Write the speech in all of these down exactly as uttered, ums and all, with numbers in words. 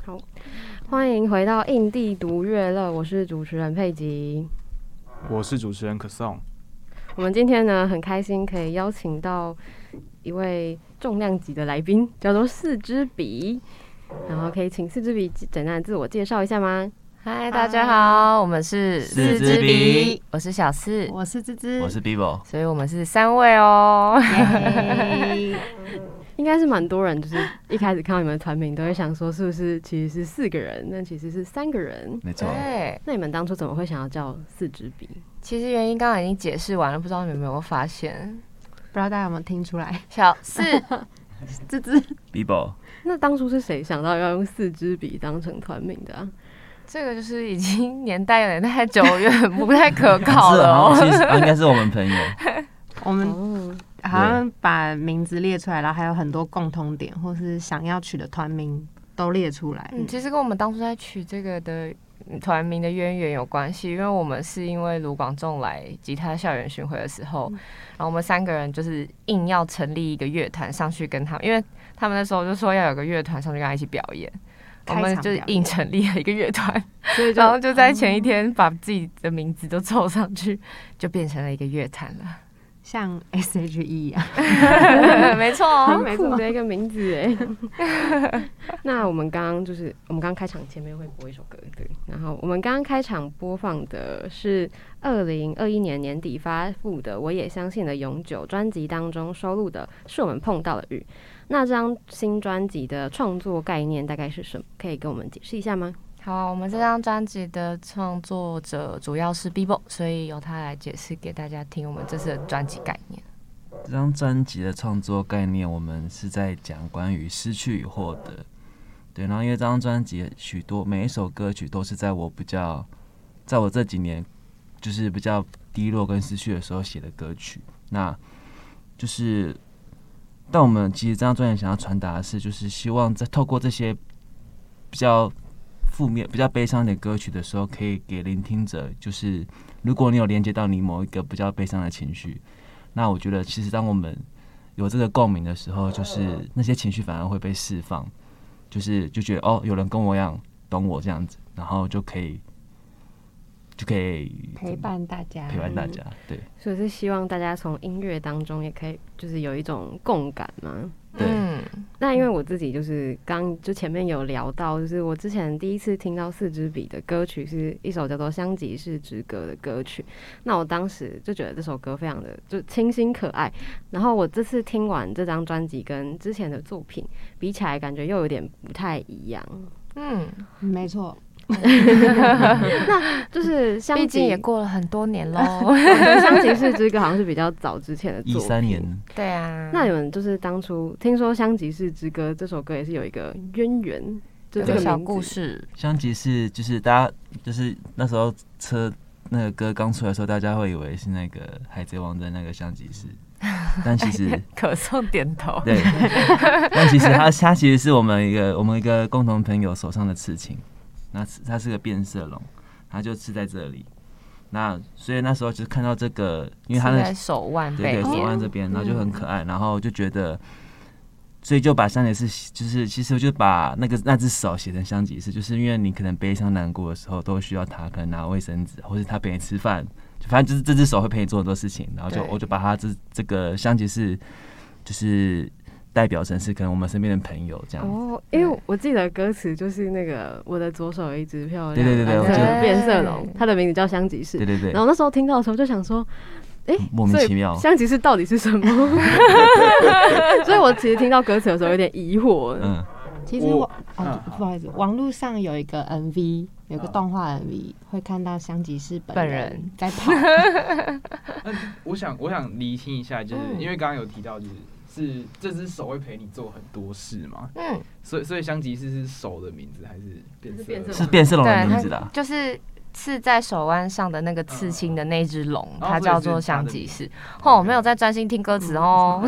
好，欢迎回到印地独乐乐，我是主持人佩吉， 我是主持人可颂。 我们今天呢很开心可以邀请到一位重量级的来宾，叫做四支笔，然后可以请四支笔简单的自我介绍一下吗？ 嗨，大家好，我们是四支笔， 我是小四， 我是芝芝， 我是 Bibo， 所以我们是三位哦。 应该是蛮多人，就是一开始看到你们的团名，都会想说是不是其实是四个人，但其实是三个人。 没错。 那你们当初怎么会想要叫四支笔？ 其实原因刚刚已经解释完了，不知道你们有没有发现？ 不知道大家有没有听出来？ 小四， 芝芝 Bibo。 那当初是谁想到要用四支笔当成团名的啊？ 这个就是已经年代有点太久远，不太可靠了、哦。 是、啊，其实、啊、应该是我们朋友。 我们好像把名字列出来，然后还有很多共通点，或是想要取的团名都列出来。 嗯，其实跟我们当初在取这个的团名的渊源有关系，因为我们是因为卢广仲来吉他校园巡回的时候，嗯、然后我们三个人就是硬要成立一个乐团上去跟他们，因为他们那时候就说要有个乐团上去跟他一起表演。我们就硬成立了一个乐团，然后就在前一天把自己的名字都凑上去，就变成了一个乐团了， 像 S H E 一样。 没错， 很酷的一个名字哎。那我们刚刚就是我们刚刚开场前面会播一首歌，对，然后我们刚刚开场播放的是二零二一年年底发布的《我也相信的永久》专辑当中收录的《是我们碰到的雨》。那这张新专辑的创作概念大概是什么？可以跟我们解释一下吗？ 好，我们这张专辑的创作者主要是 Bibo， 所以由他来解释给大家听我们这次的专辑概念。 这张专辑的创作概念，我们是在讲关于失去与获得。对，然后因为这张专辑许多每一首歌曲都是在我比较，在我这几年就是比较低落跟失去的时候写的歌曲。那就是。但我们其实这张专辑想要传达的是，就是希望在透过这些比较负面、比较悲伤的歌曲的时候，可以给聆听者，就是如果你有连接到你某一个比较悲伤的情绪，那我觉得其实当我们有这个共鸣的时候，就是那些情绪反而会被释放，就是就觉得哦，有人跟我一样懂我这样子，然后就可以。就可以陪伴大家， 陪伴大家，对。 所以是希望大家从音乐当中也可以，就是有一种共感嘛。 对。 嗯、那因为我自己就是刚就前面有聊到，就是我之前第一次听到四支笔的歌曲是一首叫做《香吉士之歌》的歌曲。那我当时就觉得这首歌非常的就清新可爱。然后我这次听完这张专辑跟之前的作品比起来，感觉又有点不太一样。 嗯， 没错。 那就是香吉， 毕竟也过了很多年喽。 香吉士之歌好像是比较早之前的作品， 一三年。 对啊。 那你们就是当初听说香吉士之歌这首歌也是有一个渊源，就这个小故事。 香吉士就是大家就是那时候车那个歌刚出来的时候，大家会以为是那个海贼王的那个香吉士。但其实可颂点头。 对，但其实它它其实是我们一个我们一个共同朋友手上的刺青。那它是个变色龙，它就刺在这里。那所以那时候就是看到这个，因为它的手腕背面， 对对手腕这边，然后就很可爱，然后就觉得，所以就把香吉士，就是其实就把那个那只手写成香吉士，就是因为你可能悲伤难过的时候都需要它，可能拿卫生纸，或者它陪你吃饭，反正就是这只手会陪你做很多事情，然后就我就把它这这个香吉士就是。代表成是可能我们身边的朋友这样哦，因为我记得歌词就是那个我的左手有一只漂亮对对对对的变色龙，它的名字叫香吉士。 对对对。 然后那时候听到的时候就想说，哎、欸， 莫名其妙， 香吉士到底是什么？所以我其实听到歌词的时候有点疑惑。嗯， 其实我哦不好意思，网络上有一个 M V， 有个动画 M V， 会看到香吉士本人在跑。 我想我想厘清一下，就是、嗯、因为刚刚有提到就是。是这只手会陪你做很多事嘛？嗯，所以所以香吉士是手的名字还是变色龙？ 是变色龙的名字的、啊， 就是刺在手腕上的那个刺青的那只龙，嗯、它叫做香吉士。哦，没有在专心听歌词哦。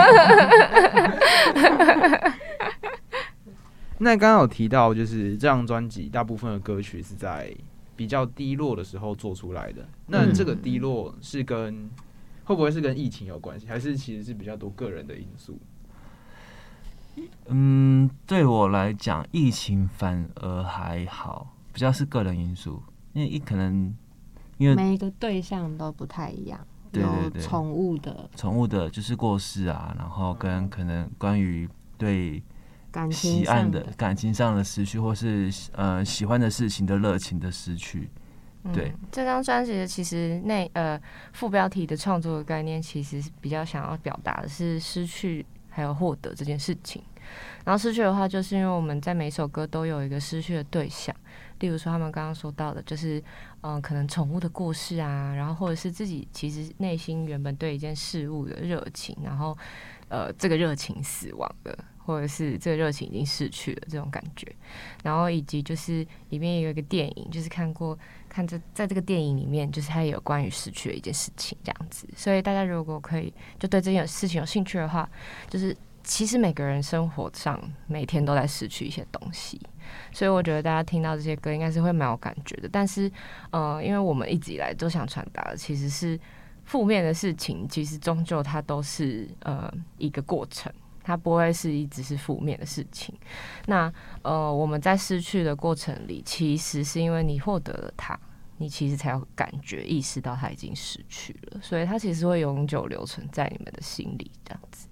那刚刚有提到，就是这张专辑大部分的歌曲是在比较低落的时候做出来的。那这个低落是跟会不会是跟疫情有关系，还是其实是比较多个人的因素？ 嗯，对我来讲，疫情反而还好，比较是个人因素，因为一可能因为每一个对象都不太一样， 对对对， 有宠物的， 宠物的就是过世啊，然后跟可能关于对感情喜爱的上的感情上的失去，或是呃喜欢的事情的热情的失去。对， 嗯、这张专辑的其实那呃副标题的创作的概念，其实比较想要表达的是失去还有获得这件事情。然后失去的话，就是因为我们在每首歌都有一个失去的对象，例如说他们刚刚说到的，就是嗯、呃、可能宠物的过世啊，然后或者是自己其实内心原本对一件事物的热情，然后呃这个热情死亡了。或者是这个热情已经逝去了这种感觉，然后以及就是里面有一个电影，就是看过看这在这个电影里面，就是它也有关于失去的一件事情这样子，所以大家如果可以就对这件事情有兴趣的话，就是其实每个人生活上每天都在失去一些东西，所以我觉得大家听到这些歌应该是会蛮有感觉的。但是呃，因为我们一直以来都想传达的其实是负面的事情，其实终究它都是呃一个过程。它不会是一直是负面的事情。那呃，我们在失去的过程里，其实是因为你获得了它，你其实才有感觉意识到它已经失去了，所以它其实会永久留存在你们的心里，这样子。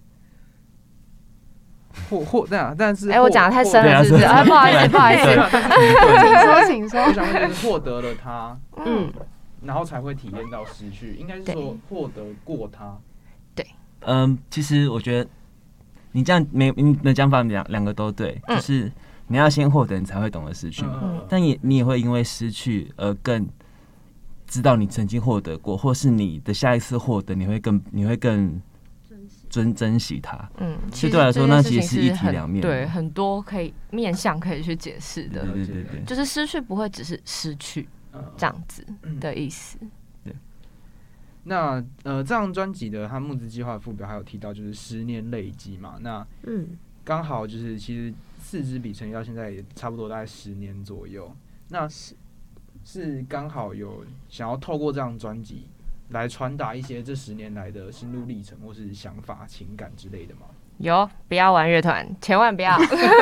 或或但但是， 哎、欸，我讲的太深了，是不是？啊，不好意思，不好意思， 请说，请说。 我想问就是获得了它，嗯，然后才会体验到失去，应该是说获得过它。 对， 嗯，其实我觉得。你这样没你的讲法两两个都对，嗯、就是你要先获得，你才会懂得失去嘛。嗯、但也你也会因为失去而更知道你曾经获得过，或是你的下一次获得，你会更你会更珍珍惜它。嗯，其实对我来说，那其实是一体两面， 对，很多可以面向可以去解释的。 对对对对， 就是失去不会只是失去这样子的意思。 那呃，这张专辑的它募资计划的副标还有提到，就是十年累积嘛。那嗯，刚好就是其实四支笔成立到现在也差不多大概十年左右。那是是刚好有想要透过这张专辑来传达一些这十年来的心路历程，或是想法、情感之类的吗？ 有，不要玩乐团，千万不要。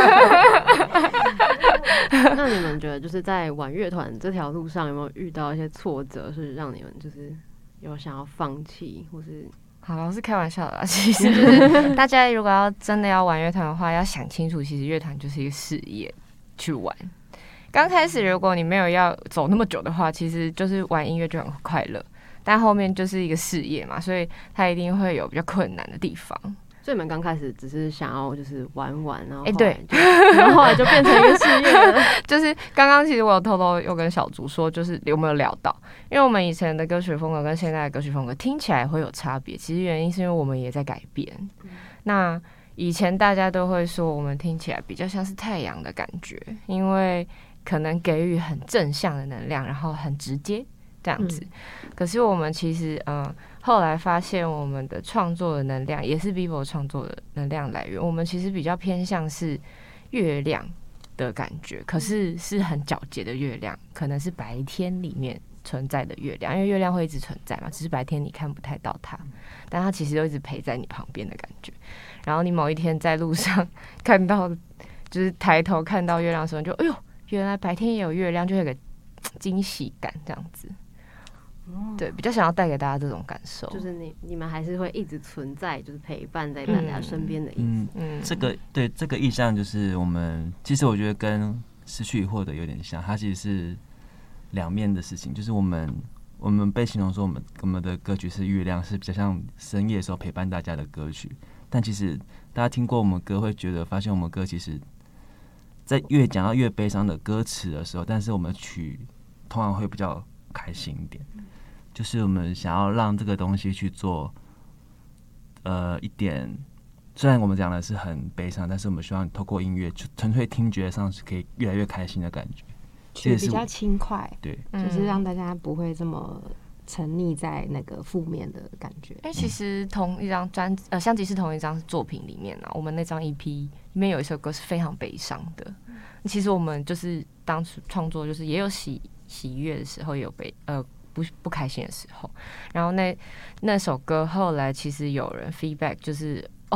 那你们觉得就是在玩乐团这条路上有没有遇到一些挫折，是让你们就是有想要放弃，或是好是开玩笑的啦。其实就是大家如果要真的要玩乐团的话，要想清楚，其实乐团就是一个事业去玩。刚开始如果你没有要走那么久的话，其实就是玩音乐就很快乐，但后面就是一个事业嘛，所以它一定会有比较困难的地方。 所以你们刚开始只是想要就是玩玩，然后哎、欸、对， 然后后来就变成一个事业了。 就是刚刚其实我有偷偷有跟小竹说，就是有没有聊到，因为我们以前的歌曲风格跟现在的歌曲风格听起来会有差别，其实原因是因为我们也在改变。嗯、那以前大家都会说我们听起来比较像是太阳的感觉，因为可能给予很正向的能量，然后很直接这样子。嗯、可是我们其实嗯。后来发现我们的创作的能量也是 Vivo 创作的能量来源，我们其实比较偏向是月亮的感觉，可是是很皎洁的月亮，可能是白天里面存在的月亮，因为月亮会一直存在嘛，只是白天你看不太到它，但它其实都一直陪在你旁边的感觉。然后你某一天在路上看到，就是抬头看到月亮的时候，你就哎呦，原来白天也有月亮，就有个惊喜感这样子。对，比较想要带给大家这种感受， 就是你你们还是会一直存在，就是陪伴在大家身边的意思。 嗯嗯，这个对这个意象就是我们，其实我觉得跟失去与获得有点像，它其实是两面的事情。就是我们我们被形容说我们我们的歌曲是月亮，是比较像深夜的时候陪伴大家的歌曲。但其实大家听过我们歌，会觉得发现我们歌其实，在越讲到越悲伤的歌词的时候，但是我们曲通常会比较开心一点。就是我们想要让这个东西去做，呃，一点，虽然我们讲的是很悲伤，但是我们希望透过音乐，纯粹听觉上是可以越来越开心的感觉， 就比较轻快， 对， 就是让大家不会这么沉溺在那个负面的感觉。 因为其实同一张专呃，相即是同一张作品里面啊，我们那张 E P 里面有一首歌是非常悲伤的。其实我们就是当初创作，就是也有喜喜悦的时候，也有悲呃。不不开心的时候，然后那那首歌后来其实有人 feedback 就是哦，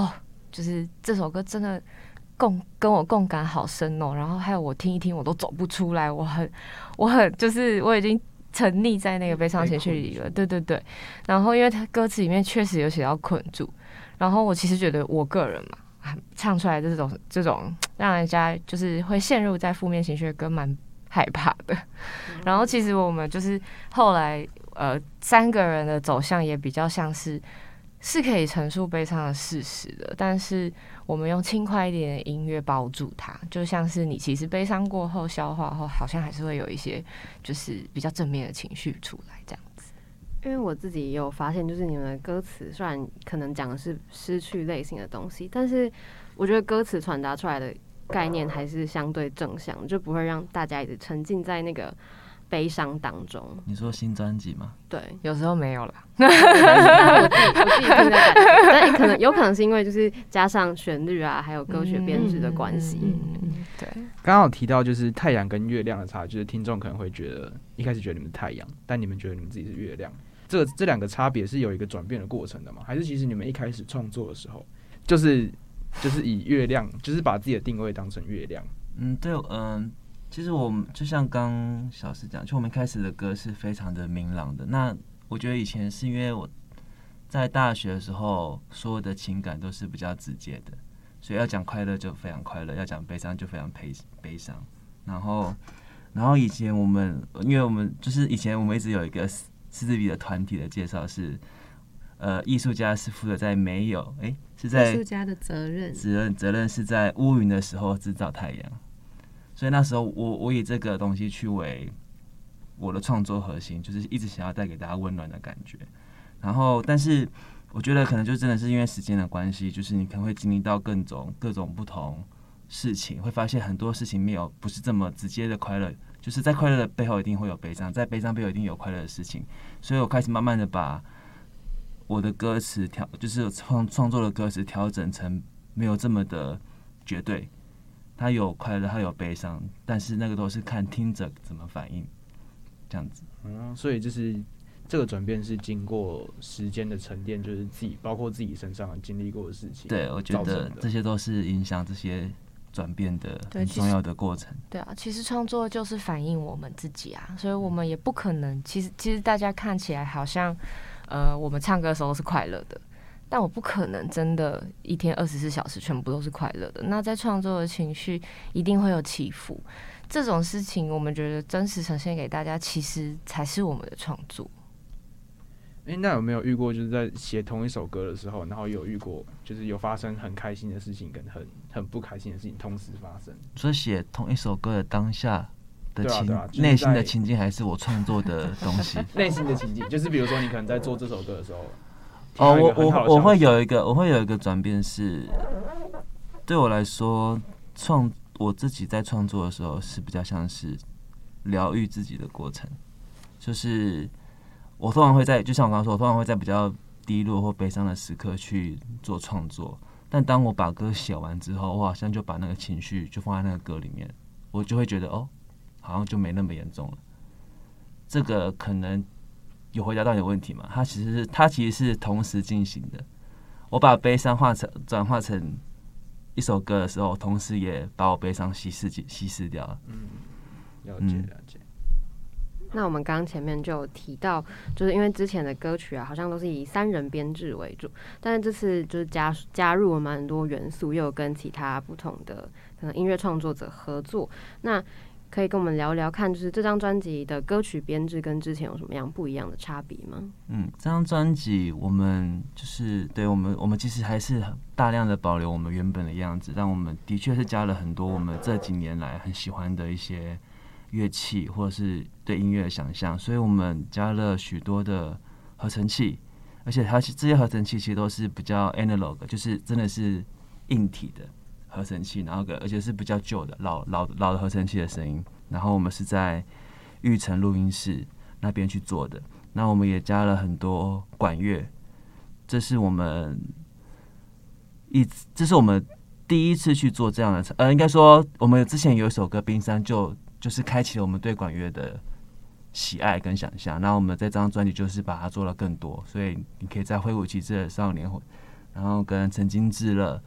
就是这首歌真的共跟我共感好深哦，然后还有我听一听我都走不出来，我很我很就是我已经沉溺在那个悲伤情绪里了，对对对。然后因为他歌词里面确实有写到困住，然后我其实觉得我个人嘛，唱出来的这种这种让人家就是会陷入在负面情绪的歌蛮害怕的。然后其实我们就是后来呃三个人的走向也比较像是。是可以陈述悲伤的事实的，但是我们用轻快一点的音乐包住它，就像是你其实悲伤过后消化后，好像还是会有一些就是比较正面的情绪出来这样子。 因为我自己也有发现，就是你们的歌词虽然可能讲的是失去类型的东西，但是我觉得歌词传达出来的概念还是相对正向，就不会让大家一直沉浸在那个悲伤当中。 你说新专辑吗？ 对，有时候没有啦。 我自己我自己听的感觉，但可能有可能是因为就是加上旋律啊，还有歌曲编制的关系。 嗯嗯嗯、对。 刚刚有提到就是太阳跟月亮的差，就是听众可能会觉得一开始觉得你们是太阳，但你们觉得你们自己是月亮。这个这两个差别是有一个转变的过程的吗？还是其实你们一开始创作的时候，就是就是以月亮，就是把自己的定位当成月亮？ 嗯，对，嗯、呃。其实我们就像刚小石讲，就我们开始的歌是非常的明朗的。那我觉得以前是因为我在大学的时候，所有的情感都是比较直接的，所以要讲快乐就非常快乐，要讲悲伤就非常悲悲伤。然后，然后以前我们，因为我们就是以前我们一直有一个四字比的团体的介绍是，呃，艺术家是负责在没有，哎、欸，是在艺术家的责任， 责任责任是在乌云的时候制造太阳。所以那时候我我以这个东西去为我的创作核心，就是一直想要带给大家温暖的感觉。然后，但是我觉得可能就真的是因为时间的关系，就是你可能会经历到各种各种不同事情，会发现很多事情没有不是这么直接的快乐，就是在快乐的背后一定会有悲伤，在悲伤背后一定有快乐的事情。所以我开始慢慢的把我的歌词调，就是创创作的歌词调整成没有这么的绝对。他有快乐，他有悲伤，但是那个都是看听者怎么反应，这样子。 嗯，所以就是这个转变是经过时间的沉淀，就是自己包括自己身上经历过的事情。 对，我觉得这些都是影响这些转变的很重要的过程。 对啊，其实创作就是反映我们自己啊，所以我们也不可能。其实，其实大家看起来好像，呃，我们唱歌的时候是快乐的。但我不可能真的一天二十四小时全部都是快乐的。那在创作的情绪一定会有起伏，这种事情我们觉得真实呈现给大家，其实才是我们的创作。 哎、欸，那有没有遇过就是在写同一首歌的时候，然后有遇过就是有发生很开心的事情跟很很不开心的事情同时发生？ 所以写同一首歌的当下的情内、 啊啊就是、 心的情境，还是我创作的东西？ 内心的情境，就是比如说你可能在做这首歌的时候。 哦，我我我会有一个，我会有一个转变是，对我来说，创我自己在创作的时候是比较像是疗愈自己的过程，就是我通常会在，就像我刚刚说，我通常会在比较低落或悲伤的时刻去做创作，但当我把歌写完之后，我好像就把那个情绪就放在那个歌里面，我就会觉得哦，好像就没那么严重了。这个可能。有回答到你的问题吗？它其实是它其实是同时进行的。我把悲伤化成转化成一首歌的时候，同时也把我悲伤稀释稀释掉了。 嗯，了解了解。 那我们刚刚前面就有提到，就是因为之前的歌曲啊，好像都是以三人编制为主，但是这次就是加加入了蛮多元素，又有跟其他不同的可能音乐创作者合作。那可以跟我们聊聊看，就是这张专辑的歌曲编制跟之前有什么样不一样的差别吗？ 嗯，这张专辑我们就是对我们我们其实还是大量的保留我们原本的样子，但我们的确是加了很多我们这几年来很喜欢的一些乐器或者是对音乐的想象，所以我们加了许多的合成器，而且它这些合成器其实都是比较 analog， 就是真的是硬体的合成器，然后而且是比较旧的老老老的合成器的声音，然后我们是在玉成录音室那边去做的。那我们也加了很多管乐，这是我们一这是我们第一次去做这样的，呃，应该说我们之前有一首歌《冰山》就就是开启了我们对管乐的喜爱跟想象。那我们在这张专辑就是把它做了更多，所以你可以在挥舞旗帜的少年，然后跟曾经至乐。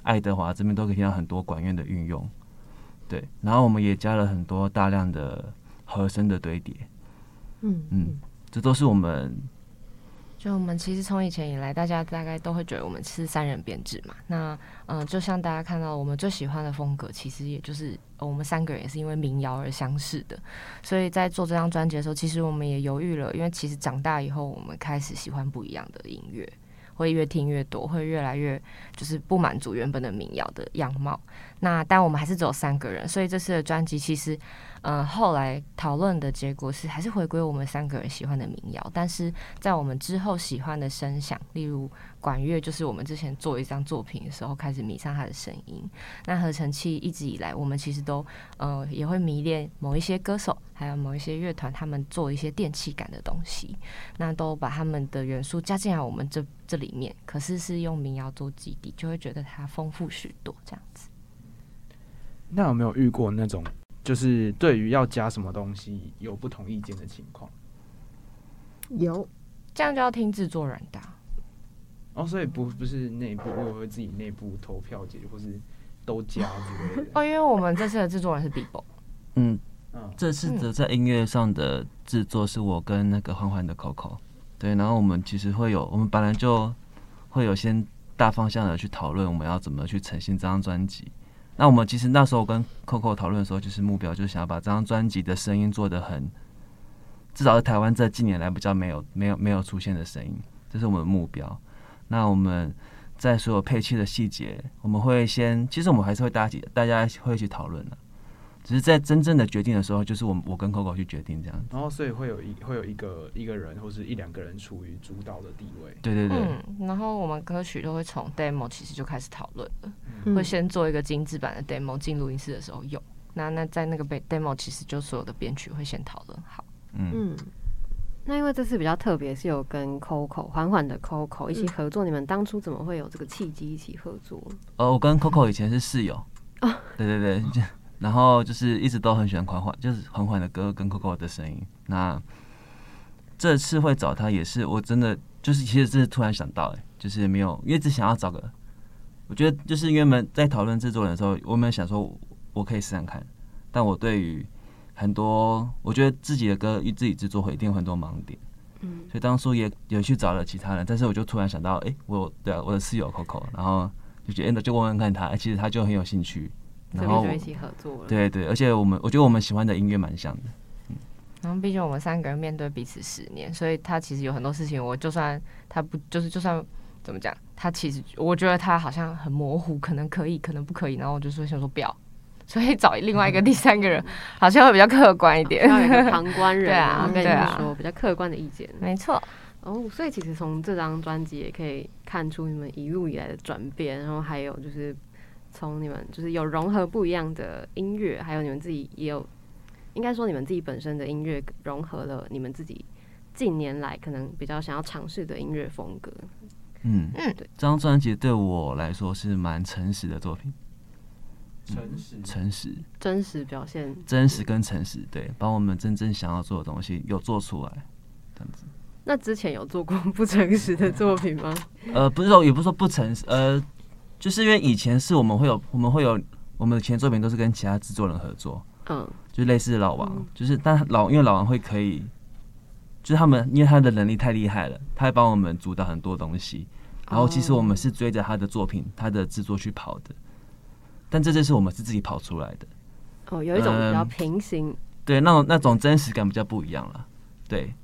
爱德华这边都可以听到很多管乐的运用。对，然后我们也加了很多大量的和声的堆叠。嗯嗯，这都是我们。 就我们其实从以前以来，大家大概都会觉得我们是三人编制嘛。那嗯、呃，就像大家看到我们最喜欢的风格，其实也就是我们三个人也是因为民谣而相识的。所以在做这张专辑的时候，其实我们也犹豫了，因为其实长大以后，我们开始喜欢不一样的音乐，会越听越多，会越来越就是不满足原本的民谣的样貌。那但我们还是只有三个人，所以这次的专辑其实，呃，后来讨论的结果是还是回归我们三个人喜欢的民谣，但是在我们之后喜欢的声响，例如管乐，就是我们之前做一张作品的时候开始迷上它的声音。那合成器一直以来，我们其实都呃也会迷恋某一些歌手，还有某一些乐团，他们做一些电气感的东西，那都把他们的元素加进来我们这这里面，可是是用民谣做基底，就会觉得它丰富许多这样子。 那有没有遇过那种就是对于要加什么东西有不同意见的情况？ 有， 这样就要听制作人的。 哦，所以不不是内部，我会自己内部投票解决，或是都加之类的。 哦，因为我们这次的制作人是 Bibo。 嗯，这次的在音乐上的制作是我跟那个欢欢的 Coco。对，然后我们其实会有，我们本来就会有先大方向的去讨论我们要怎么去呈现这张专辑。那我们其实那时候跟 Coco 讨论的时候，就是目标就是想要把这张专辑的声音做得很，至少是台湾这近年来比较没有没有没有出现的声音，这是我们的目标。那我们在所有配器的细节，我们会先，其实我们还是会大家一起大家会一起讨论的，只是在真正的决定的时候，就是我我跟 Coco 去决定这样子。 然后所以会有一会有一个一个人或是一两个人处于主导的地位。 对对对。 嗯，然后我们歌曲都会从 demo 其实就开始讨论了，嗯、会先做一个精致版的 demo， 进录音室的时候用。那那在那个 demo 其实就所有的编曲会先讨论好。嗯。 嗯，那因为这次比较特别，是有跟 Coco 缓缓的 Coco 一起合作，嗯、你们当初怎么会有这个契机一起合作？ 呃，我跟 Coco 以前是室友。啊，对对对。然后就是一直都很喜欢缓缓，就是缓缓的歌跟 Coco 的声音。那这次会找他也是，我真的就是其实是突然想到、欸，哎，就是没有，因为只想要找个，我觉得就是因为我们在讨论制作人的时候，我们想说我可以试试看，但我对于很多，我觉得自己的歌自己制作会一定有很多盲点，嗯，所以当初也有去找了其他人，但是我就突然想到，哎、欸，我对啊，我的室友 Coco， 然后就觉得，哎、欸，就问问看他，欸、其实他就很有兴趣。 然后就一起合作了。 对对，而且我们我觉得我们喜欢的音乐蛮像的。 嗯，然后毕竟我们三个人面对彼此十年，所以他其实有很多事情，我就算他不就是就算怎么讲，他其实我觉得他好像很模糊，可能可以，可能不可以，然后我就说想说不要，所以找另外一个第三个人，好像会比较客观一点， 要有一个旁观人， 对啊， 跟你们说比较客观的意见， 没错。 哦，所以其实从这张专辑也可以看出你们一路以来的转变，然后还有就是。从你们就是有融合不一样的音乐，还有你们自己也有，应该说你们自己本身的音乐融合了你们自己近年来可能比较想要尝试的音乐风格。 嗯嗯，对，这张专辑对我来说是蛮诚实的作品。 诚实、 诚实、 真实表现， 真实跟诚实，对，把我们真正想要做的东西有做出来，这样子。 那之前有做过不诚实的作品吗？ 呃，不是说，也不是说不诚实，呃。就是因为以前是我们会有，我们会有，我们的前作品都是跟其他制作人合作，嗯，就类似老王，嗯、就是但老因为老王会可以，就是他们因为他的能力太厉害了，他会帮我们主导很多东西，然后其实我们是追着他的作品、他的制作去跑的，但这就是我们是自己跑出来的， 哦，有一种比较平行，嗯、 对，那种那种真实感比较不一样了，对。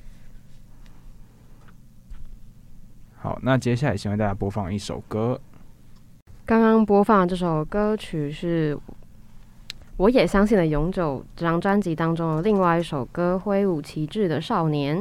好，那接下来先为大家播放一首歌。 刚刚播放的这首歌曲是《我也相信的永久》这张专辑当中的另外一首歌《挥舞旗帜的少年》。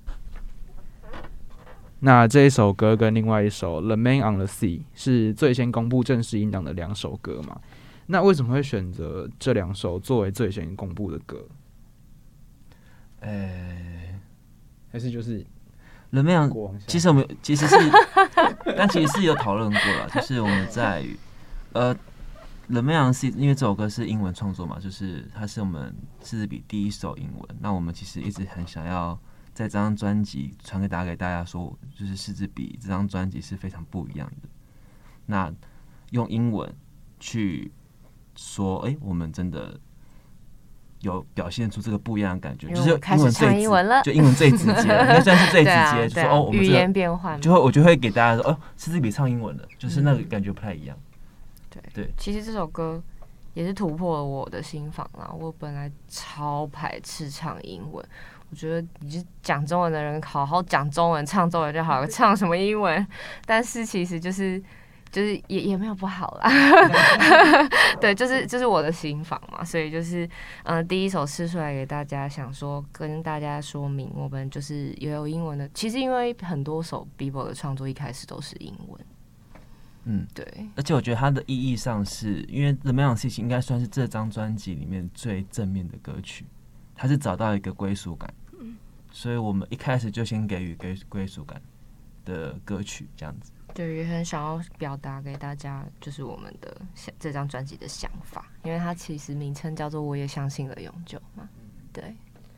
那这一首歌跟另外一首《The Man on the Sea》是最先公布正式音档的两首歌嘛？那为什么会选择这两首作为最先公布的歌？呃、欸，还是就是 《The Man》其实我们其实是，但其实是有讨论过了，就是我们在呃《The Man》是因为这首歌是英文创作嘛，就是它是我们四支笔第一首英文。那我们其实一直很想要在这张专辑传给大家给大家说，就是四支笔这张专辑是非常不一样的。那用英文去说，哎、欸，我们真的有表现出这个不一样的感觉，就是英文最英文了， 就英文最直接，应该算是最直接，啊、就说哦，我们语言变换， 就会我就会给大家说，哦，是这比唱英文的，就是那个感觉不太一样。 对、嗯、 对， 其实这首歌也是突破了我的心防啦。我本来超排斥唱英文，我觉得你就讲中文的人好好讲中文，唱中文就好了，唱什么英文？但是其实就是。就是也也没有不好啦，对，就是就是我的心防嘛，所以就是嗯、呃，第一首试出来给大家，想说跟大家说明，我们就是也有英文的。其实因为很多首 Bebo 的创作一开始都是英文， 嗯， 对。 而且我觉得它的意义上是，因为《The Melon City》应该算是这张专辑里面最正面的歌曲，它是找到一个归属感，所以我们一开始就先给予归归属感的歌曲，这样子。 对，也很想要表达给大家，就是我们的这张专辑的想法，因为它其实名称叫做《我也相信了永久》嘛。对。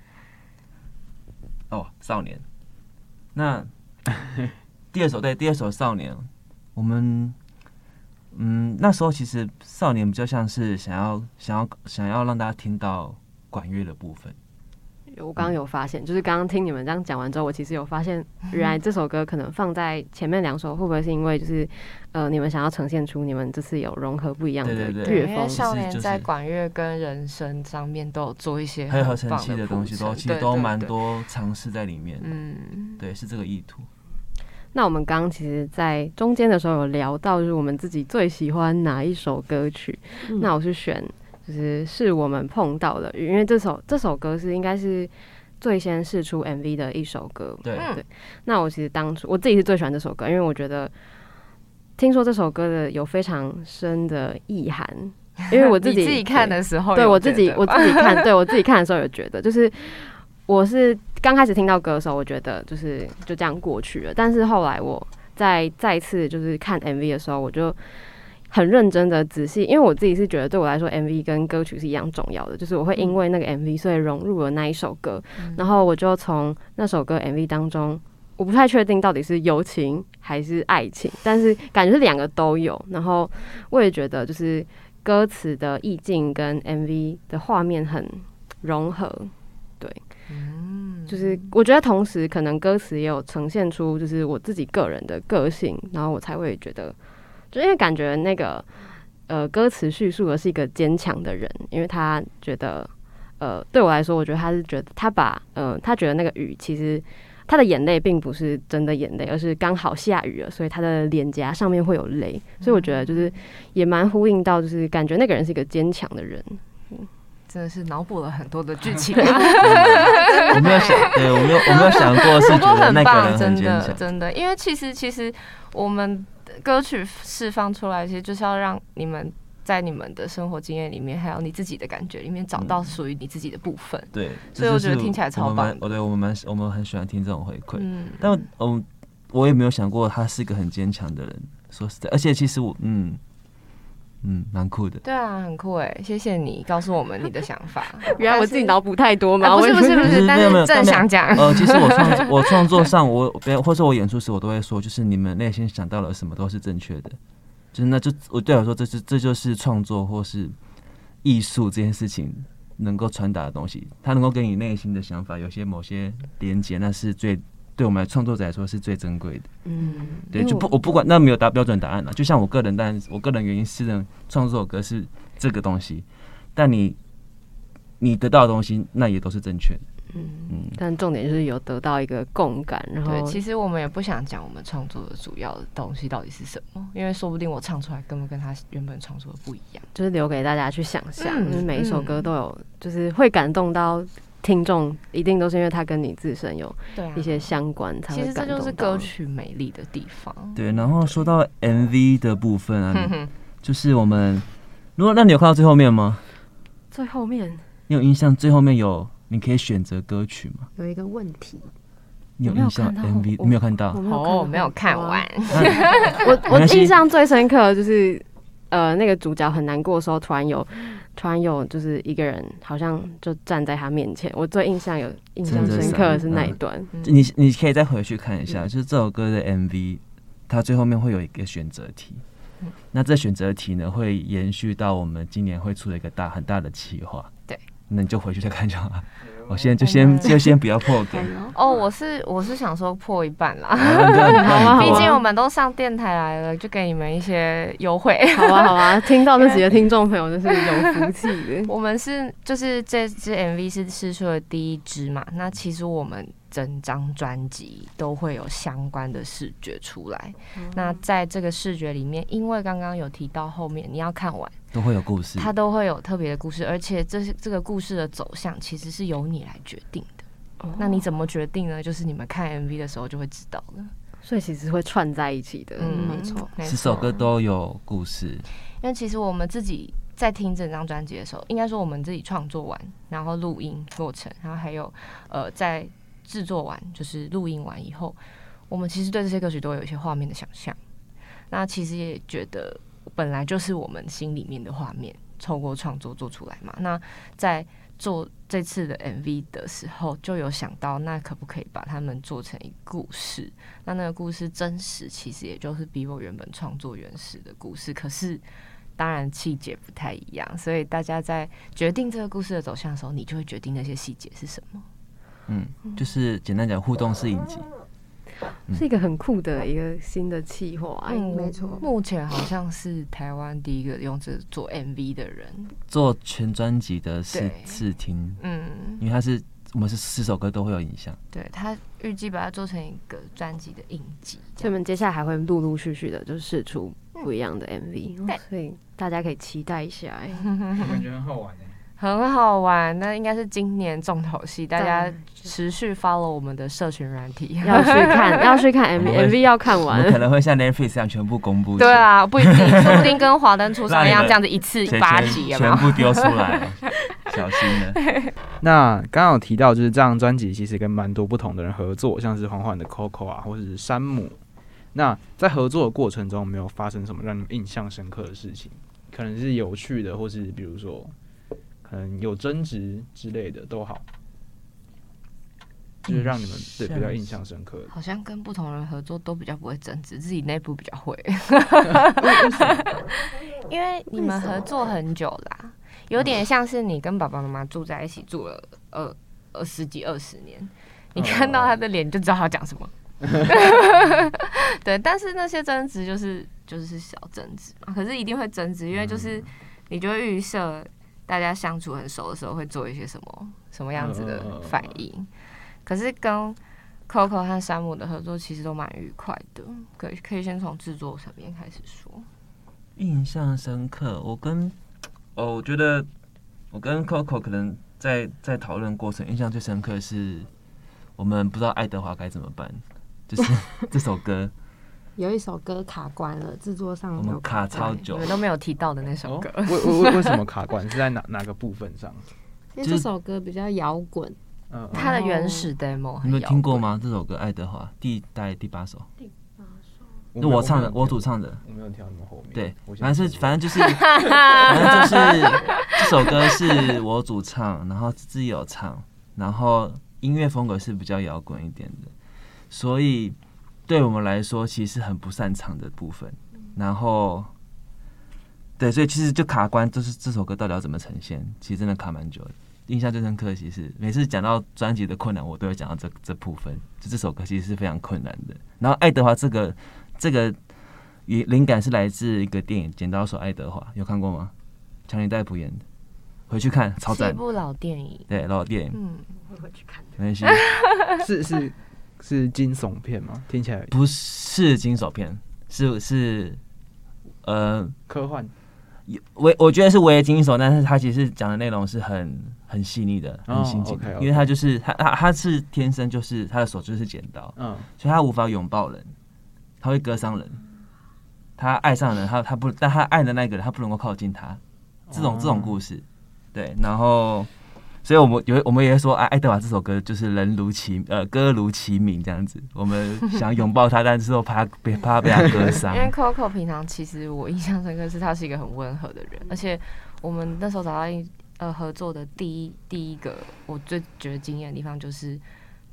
哦，少年。那第二首对，第二首少年，我们嗯那时候其实少年比较像是想要想要想要让大家听到管乐的部分。 我刚刚有发现，就是刚刚听你们这样讲完之后，我其实有发现，原来这首歌可能放在前面两首，会不会是因为就是呃，你们想要呈现出你们这次有融合不一样的乐风？ 因为少年在管乐跟人声上面都有做一些还有合成器的东西都，其实都蛮多尝试在里面。 嗯， 对，是这个意图。 那我们刚刚其实，在中间的时候有聊到，就是我们自己最喜欢哪一首歌曲？嗯、那我是选。就是是我们碰到的，因为这首这首歌是应该是最先释出 M V 的一首歌。 对对。那我其实当初我自己是最喜欢这首歌，因为我觉得听说这首歌的有非常深的意涵。因为我自己你自己看的时候， 对我自己我自己看，对我自己看的时候有觉得，就是我是刚开始听到歌的时候，我觉得就是就这样过去了。但是后来我在再次就是看 M V 的时候，我就。很认真的仔细，因为我自己是觉得对我来说 M V 跟歌曲是一样重要的，就是我会因为那个 M V 所以融入了那一首歌、嗯、然后我就从那首歌 M V 当中，我不太确定到底是友情还是爱情，但是感觉是两个都有，然后我也觉得就是歌词的意境跟 M V 的画面很融合，对，嗯，就是我觉得同时可能歌词也有呈现出就是我自己个人的个性，然后我才会觉得就因为感觉那个呃歌词叙述的是一个坚强的人，因为他觉得呃对我来说，我觉得他是觉得他把呃他觉得那个雨其实他的眼泪并不是真的眼泪，而是刚好下雨了，所以他的脸颊上面会有泪，所以我觉得就是也蛮呼应到，就是感觉那个人是一个坚强的人。嗯， 真的是脑补了很多的剧情、 啊。我没有想，对我没有我没有想过是觉得那个人很坚强， 真的真的，因为其实其实我们。歌曲释放出来，其实就是要让你们在你们的生活经验里面，还有你自己的感觉里面，找到属于你自己的部分。 对， 所以我觉得听起来超棒。 哦，对，我们蛮我们很喜欢听这种回馈。嗯，但我、嗯、我也没有想过他是一个很坚强的人。说实在，而且其实我嗯。嗯，蛮酷的。 对啊，很酷哎！谢谢你告诉我们你的想法。 原来我自己脑补太多吗？ 啊、不是不是不是，但是正想讲。 呃，其实我创我创作上，我或者我演出时，我都会说，就是你们内心想到了什么都是正确的。就是那就我对我说，这是这就是创作或是艺术这件事情能够传达的东西，它能够跟你内心的想法有些某些连结，那是最。对我们创作者来说是最珍贵的，嗯，对，就不我不管那没有答标准答案了。就像我个人，但我个人原因是创作歌是这个东西，但你你得到的东西那也都是正确的， 嗯嗯。但重点就是有得到一个共感，然后对，其实我们也不想讲我们创作的主要的东西到底是什么，因为说不定我唱出来根本跟他原本创作的不一样， 就是留给大家去想象，嗯、就是每一首歌都有，就是会感动到。听众一定都是因为他跟你自身有一些相关才会感动到。 其实这就是歌曲美丽的地方。 对，然后说到 M V 的部分啊，就是我们如果那你有看到最后面吗？ 最后面你有印象？最后面有你可以选择歌曲吗？ 有一个问题， 你有印象 M V 你没有看到？ 哦，没有看完。 我我印象最深刻的就是呃那个主角很难过的时候，突然有。突然有就是一个人好像就站在他面前，我最印象有印象深刻的是那一段。 嗯、你你可以再回去看一下，嗯、就是这首歌的 M V， 它最后面会有一个选择题， 嗯、 那这选择题呢，会延续到我们今年会出的一个大很大的企划。 对， 那你就回去再看就好了。我现在就先就先不要破梗哦，我是我是想说破一半啦， 好毕竟我们都上电台来了，就给你们一些优惠。 好啊好啊，听到这几个听众朋友就是有福气的。 我们是就是这支 M V 是试出的第一支嘛，那其实我们整张专辑都会有相关的视觉出来。嗯、那在这个视觉里面，因为刚刚有提到后面你要看完。 都会有故事， 它都会有特别的故事，而且这是这个故事的走向其实是由你来决定的。哦、那你怎么决定呢？就是你们看 M V 的时候就会知道了。 所以其实会串在一起的，嗯，没错， 十首歌都有故事。 因为其实我们自己在听整张专辑的时候，应该说我们自己创作完，然后录音过程，然后还有呃在制作完，就是录音完以后，我们其实对这些歌曲都有一些画面的想象。那其实也觉得。本来就是我们心里面的画面，透过创作做出来嘛。那在做这次的 M V 的时候，就有想到，那可不可以把它们做成一个故事？那那个故事真实，其实也就是比我原本创作原始的故事。可是，当然细节不太一样，所以大家在决定这个故事的走向的时候，你就会决定那些细节是什么。 嗯，就是简单讲，互动式影集。 是一个很酷的一个新的企划， 嗯， 没错。 目前好像是台湾第一个用这做 M V 的人， 做全专辑的试试听，嗯，因为它是我们是四首歌都会有影像， 对，他预计把它做成一个专辑的影集， 所以我们接下来还会陆陆续续的就试出不一样的 M V，、嗯、所以大家可以期待一下，哎， 感觉很好玩哎。 很好玩，那应该是今年重头戏，大家持续 follow 我们的社群软体， 要去看，要去看 M V，M V 要看完， 我们可能会像 Netflix 一样全部公布。 对啊，不一定，说不定跟华灯初上一样，这样子一次八集，有没有？ 全部丢出来，小心了。 那刚刚有提到，就是这张专辑其实跟蛮多不同的人合作，像是缓缓的 Coco 啊，或者是山姆。那在合作的过程中，有没有发生什么让你们印象深刻的事情？可能是有趣的，或是比如说。可能有争执之类的都好，就是让你们对比较印象深刻的。 好像跟不同人合作都比较不会争执，自己内部比较会。因为你们合作很久啦，有点像是你跟爸爸妈妈住在一起住了二二十几二十年，你看到他的脸就知道他讲什么。对，但是那些争执就是就是小争执嘛，可是一定会争执，因为就是你就会预设。大家相处很熟的时候会做一些什么什么样子的反应？嗯嗯嗯、可是跟 Coco 和山姆的合作其实都蛮愉快的，可以可以先从制作层面开始说。 印象深刻，我跟哦，我觉得我跟 Coco 可能在在讨论过程印象最深刻的是，我们不知道爱德华该怎么办，就是这首歌。 有一首歌卡关了，制作上我们卡超久， 你们都没有提到的那首歌。 哦、为为为什么卡关？是在哪哪个部分上？ 因为这首歌比较摇滚， 嗯， 它的原始 demo 你们有听过吗？这首歌《爱德华》第大概第八首， 第八首， 就我唱的，我主唱的。 我没有跳你们后面。 对，反正是反正就是反正就是这首歌是我主唱，然后自己有唱，然后音乐风格是比较摇滚一点的，所以。对我们来说，其实是很不擅长的部分。然后，对，所以其实就卡关，就是这首歌到底要怎么呈现，其实真的卡蛮久的。印象最深刻的其实每次讲到专辑的困难，我都会讲到这这部分。就这首歌其实是非常困难的。然后，爱德华这个这个灵感是来自一个电影《剪刀手爱德华》，有看过吗？强尼戴普演的，回去看，超赞。 是一部老电影， 对，老电影。 嗯， 会回去看的。 没关系。 是是。是惊悚片吗？听起来不是惊悚片，是是呃科幻。 我我觉得是微惊悚，但是它其实讲的内容是很很细腻的，很心情的。 哦 okay, okay. 因为他就是他他他是天生就是他的手就是剪刀，嗯，所以他无法拥抱人，他会割伤人。他爱上人，他他不，但他爱的那个人他不能够靠近他。这种、哦、这种故事，对，然后。所以我们有我们也会说，爱德华这首歌就是人如其呃歌如其名这样子。我们想拥抱他，但是又怕被怕被他割伤。 因为 Coco 平常其实我印象深刻是他是一个很温和的人，而且我们那时候找到呃合作的第一第一个我最觉得惊艳的地方就是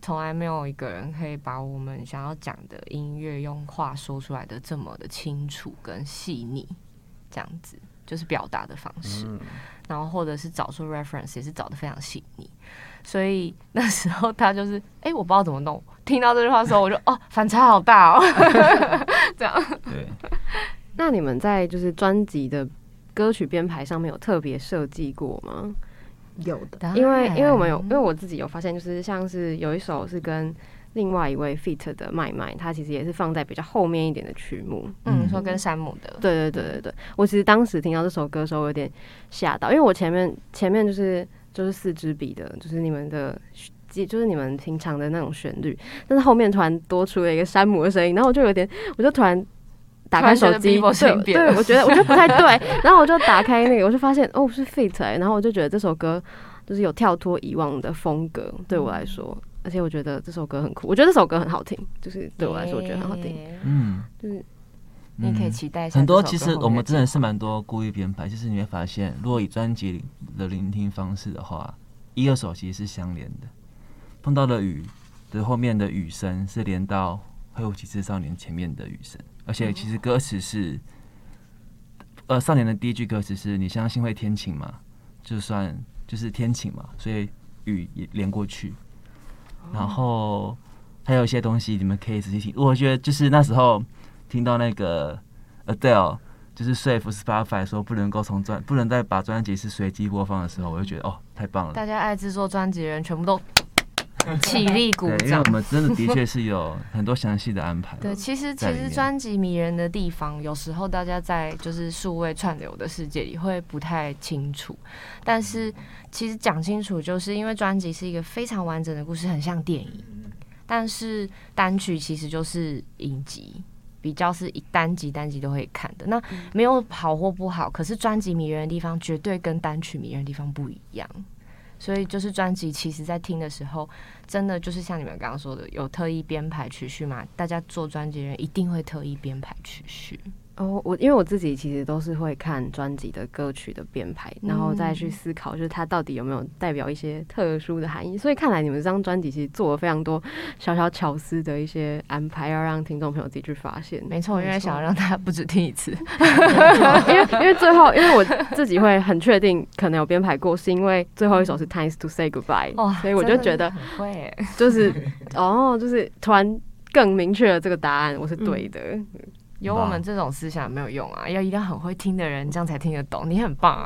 从来没有一个人可以把我们想要讲的音乐用话说出来的这么的清楚跟细腻，这样子就是表达的方式。嗯、然后或者是找出 reference 也是找得非常细腻，所以那时候他就是哎、欸，我不知道怎么弄。听到这句话的时候，我就哦，反差好大哦，这样。 对。 那你们在就是专辑的歌曲编排上面有特别设计过吗？ 有的， 因为因为我们有，因为我自己有发现，就是像是有一首是跟另外一位 feat 的麦麦，他其实也是放在比较后面一点的曲目。 嗯，说跟山姆的。 对对对对对，我其实当时听到这首歌的时候，我有点吓到，因为我前面前面就是就是四支笔的，就是你们的。就是你们平常的那种旋律，但是后面突然多出了一个山姆的声音，然后我就有点，我就突然打开手机，对对，我觉得我觉得不太对，然后我就打开那个，我就发现哦是 feat 欸，然后我就觉得这首歌就是有跳脱以往的风格，对我来说，而且我觉得这首歌很酷，我觉得这首歌很好听，就是对我来说我觉得很好听，嗯，就是你可以期待一下。 很多其实我们真的是蛮多故意编排，就是你会发现，如果以专辑的聆听方式的话，一二首其实是相连的。碰到的雨的后面的雨声是连到《挥舞骑士少年》前面的雨声，而且其实歌词是，呃，少年的第一句歌词是你相信会天晴吗？就算就是天晴嘛，所以雨也连过去。然后还有一些东西你们可以仔细听，我觉得就是那时候听到那个 Adele 就是说服 Spotify 说不能够从专不能再把专辑是随机播放的时候，我就觉得哦太棒了， 大家爱制作专辑的人全部都起立鼓掌， 因为我们真的的确是有很多详细的安排。 对，其实其实专辑迷人的地方，有时候大家在就是数位串流的世界里会不太清楚，但是其实讲清楚，就是因为专辑是一个非常完整的故事，很像电影，但是单曲其实就是影集。比较是一单集单集都会看的，那没有好或不好，可是专辑迷人的地方绝对跟单曲迷人的地方不一样。所以就是专辑其实在听的时候真的就是像你们刚刚说的有特意编排曲序嘛，大家做专辑的人一定会特意编排曲序。 哦，我因为我自己其实都是会看专辑的歌曲的编排，然后再去思考，就是它到底有没有代表一些特殊的含义。所以看来你们这张专辑其实做了非常多小小巧思的一些安排，要让听众朋友自己去发现。 没错，因为想要让大家不只听一次， 因为因为最后，因为我自己会很确定可能有编排过，是因为最后一首是 Times to Say Goodbye，、哦、所以我就觉得会就是哦，就是突然更明确了这个答案，我是对的。嗯， 有我们这种思想没有用啊，要一定要很会听的人，这样才听得懂。你很棒、啊，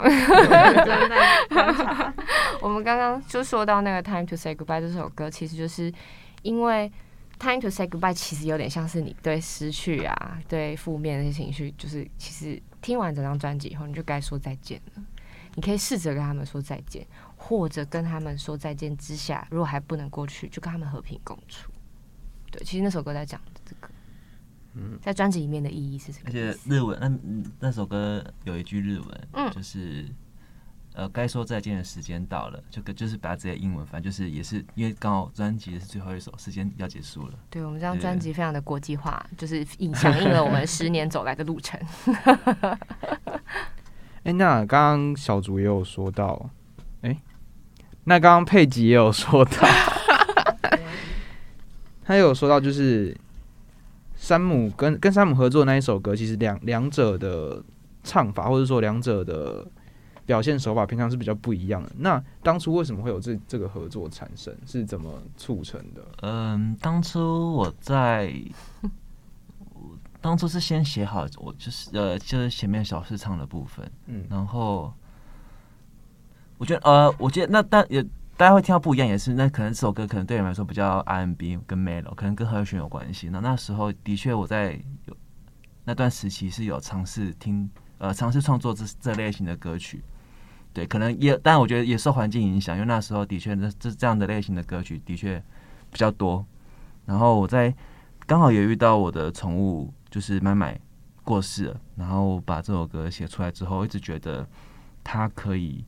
我们刚刚就说到那个《Time to Say Goodbye》这首歌，其实就是因为《Time to Say Goodbye》其实有点像是你对失去啊、对负面那些情绪，就是其实听完整张专辑以后，你就该说再见了。你可以试着跟他们说再见，或者跟他们说再见之下，如果还不能过去，就跟他们和平共处。对，其实那首歌在讲这个。在专辑里面的意义是什么？ 而且日文那那首歌有一句日文，嗯、就是呃该说再见的时间到了，就就是把它直接英文翻，就是也是因为刚好专辑的是最后一首，时间要结束了。 对，我们这张专辑非常的国际化，就是响应了我们十年走来的路程。 哎、欸，那刚刚小竹也有说到，哎、欸，那刚刚佩吉也有说到，他有说到就是。山姆跟跟山姆合作的那一首歌，其实两两者的唱法，或者说两者的表现手法，平常是比较不一样的。那当初为什么会有这这个合作产生？是怎么促成的？ 嗯，当初我在，当初是先写好，我就是呃，就是前面小试唱的部分，嗯，然后我觉得呃，我觉得那但也。大家会听到不一样，也是那可能这首歌可能对你们来说比较 R and B 跟 Melo， 可能跟和弦有关系。那那时候的确我在有那段时期是有尝试听呃尝试创作这这类型的歌曲，对，可能也，但我觉得也受环境影响，因为那时候的确这这这样的类型的歌曲的确比较多。然后我在刚好也遇到我的宠物就是麦麦过世了，然后把这首歌写出来之后，一直觉得它可以。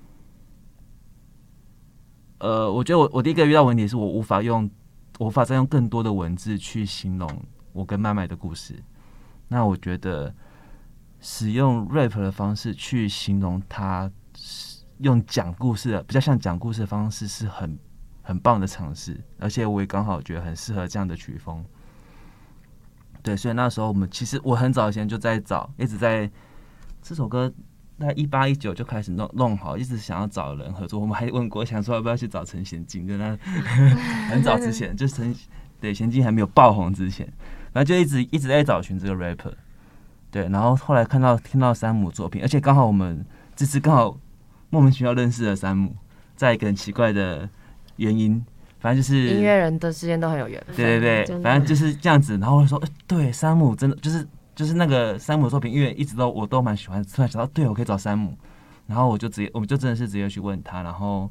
呃，我觉得我我第一个遇到问题是我无法用，我无法再用更多的文字去形容我跟麦麦的故事。那我觉得使用 rap 的方式去形容它，用讲故事的比较像讲故事的方式是很很棒的尝试，而且我也刚好觉得很适合这样的曲风。对，所以那时候我们其实我很早以前就在找，一直在这首歌在一八一九就开始弄弄好，一直想要找人合作。我们还问过，想说要不要去找陈贤进，就那很早之前，就陈对贤进还没有爆红之前，反正就一直一直在找寻这个 rapper。对，然后后来看到听到山姆作品，而且刚好我们这次刚好莫名其妙认识了山姆，在一个很奇怪的原因。反正就是音乐人的之间都很有缘分， 对对对，反正就是这样子。然后我说，欸、对，山姆真的就是就是那个山姆的作品，因为一直都我都蛮喜欢。突然想到，对我可以找山姆，然后我就直接，我们就真的是直接去问他，然后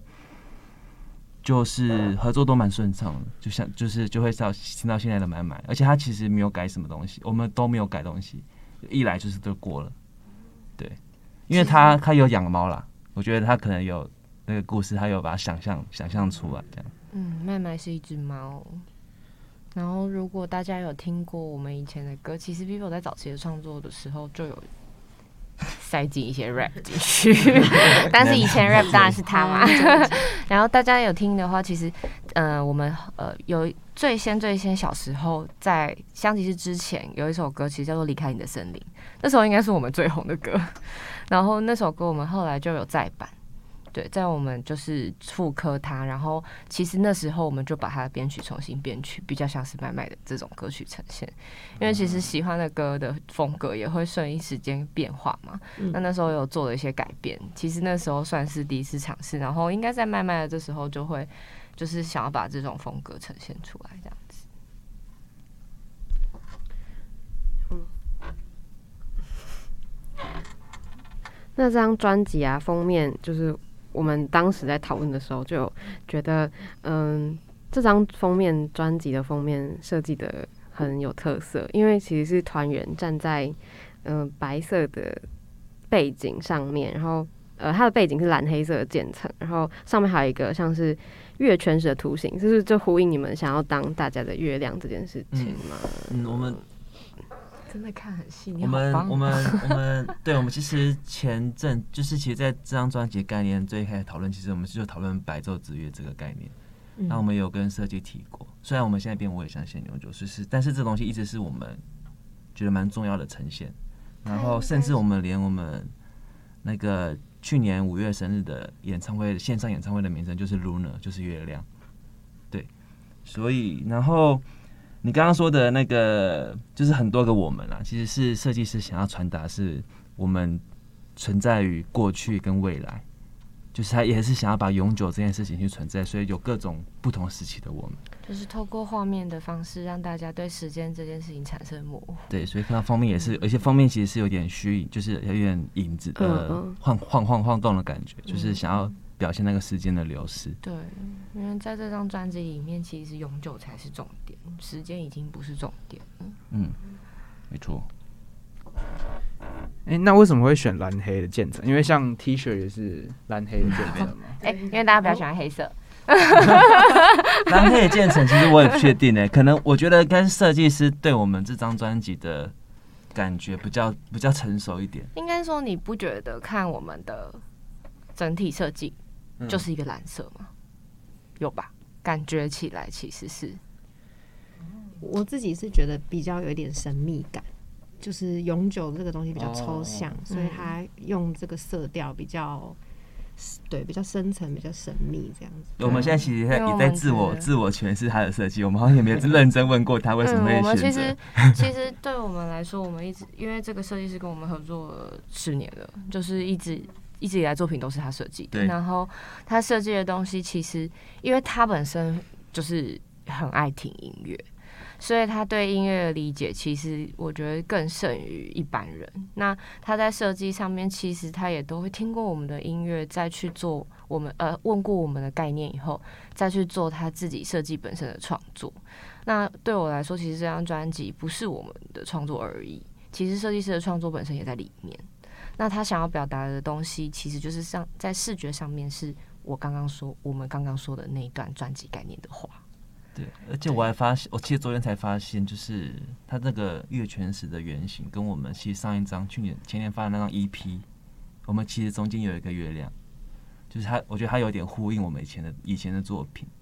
就是合作都蛮顺畅的，就像就是就会到听到现在的满满。而且他其实没有改什么东西，我们都没有改东西，一来就是都过了。对，因为他他有养猫啦，我觉得他可能有那个故事，他有把它想象想象出来这样。 嗯，麦麦是一只猫。然后，如果大家有听过我们以前的歌，其实 Vivo 在早期的创作的时候就有塞进一些 rap 进去，但是以前 rap 当然是他嘛。然后大家有听的话，其实呃，我们呃有最先最先小时候在香吉士之前有一首歌，其实叫做《离开你的森林》，那时候应该是我们最红的歌。然后那首歌我们后来就有再版。对，在我们就是复刻它，然后其实那时候我们就把它的编曲重新编曲，比较像是麦麦的这种歌曲呈现。因为其实喜欢的歌的风格也会顺应时间变化嘛。那那时候有做了一些改变，其实那时候算是第一次尝试，然后应该在麦麦的这时候就会就是想要把这种风格呈现出来，这样子。 嗯。那这张专辑啊，封面就是。我们当时在讨论的时候，就有觉得，嗯，这张封面专辑的封面设计的很有特色，因为其实是团员站在嗯、呃、白色的背景上面，然后呃它的背景是蓝黑色的渐层，然后上面还有一个像是月全食的图形，就是就呼应你们想要当大家的月亮这件事情嘛。 嗯，嗯我们。 真的看很细， 我们我们我们对，我们其实前阵就是，其实在这张专辑概念最开始讨论，其实我们就讨论白昼之月这个概念。那、嗯、我们有跟设计提过，虽然我们现在变我也相信永久是是，但是这东西一直是我们觉得蛮重要的呈现。然后甚至我们连我们那个去年五月生日的演唱会线上演唱会的名称就是 Lunar， 就是月亮。对，所以然后。你刚刚说的那个，就是很多个我们啊，其实是设计师想要传达，是我们存在于过去跟未来，就是他也是想要把永久这件事情去存在，所以有各种不同时期的我们， 就是透过画面的方式，让大家对时间这件事情产生模糊。 对，所以看到封面也是，而且封面其实是有点虚，就是有点影子，呃，晃晃晃晃动的感觉，就是想要表现那个时间的流逝。 对，因为在这张专辑里面，其实永久才是重点，时间已经不是重点了。 嗯，没错。 哎、欸，那为什么会选蓝黑的渐层？因为像 T 恤也是蓝黑的渐层嘛。 哎、欸，因为大家比较喜欢黑色。 蓝黑的渐层其实我也不确定哎、欸，可能我觉得跟设计师对我们这张专辑的感觉比较比较成熟一点。 应该说，你不觉得看我们的整体设计就是一个蓝色吗？嗯、有吧？感觉起来其实是。 我自己是觉得比较有一点神秘感。就是永久这个东西比较抽象，哦、所以他用这个色调比较，对，比较深层、比较神秘这样子。 我们现在其实也在自我自我诠释他的设计，我们好像也没有认真问过他为什么会选择、嗯。 我们其实其实对我们来说，我们一直因为这个设计师跟我们合作了十年了，就是一直一直以来作品都是他设计的。然后他设计的东西，其实因为他本身就是很爱听音乐。所以他对音乐的理解，其实我觉得更胜于一般人。那他在设计上面，其实他也都会听过我们的音乐，再去做我们呃问过我们的概念以后，再去做他自己设计本身的创作。那对我来说，其实这张专辑不是我们的创作而已，其实设计师的创作本身也在里面。那他想要表达的东西，其实就是上在视觉上面，是我刚刚说我们刚刚说的那一段专辑概念的话。 对，而且我还发现，我其实昨天才发现，就是它那个月全食的原型，跟我们其实上一张去年前年发的那张 E P， 我们其实中间有一个月亮，就是它，我觉得它有点呼应我们以前的以前的作品。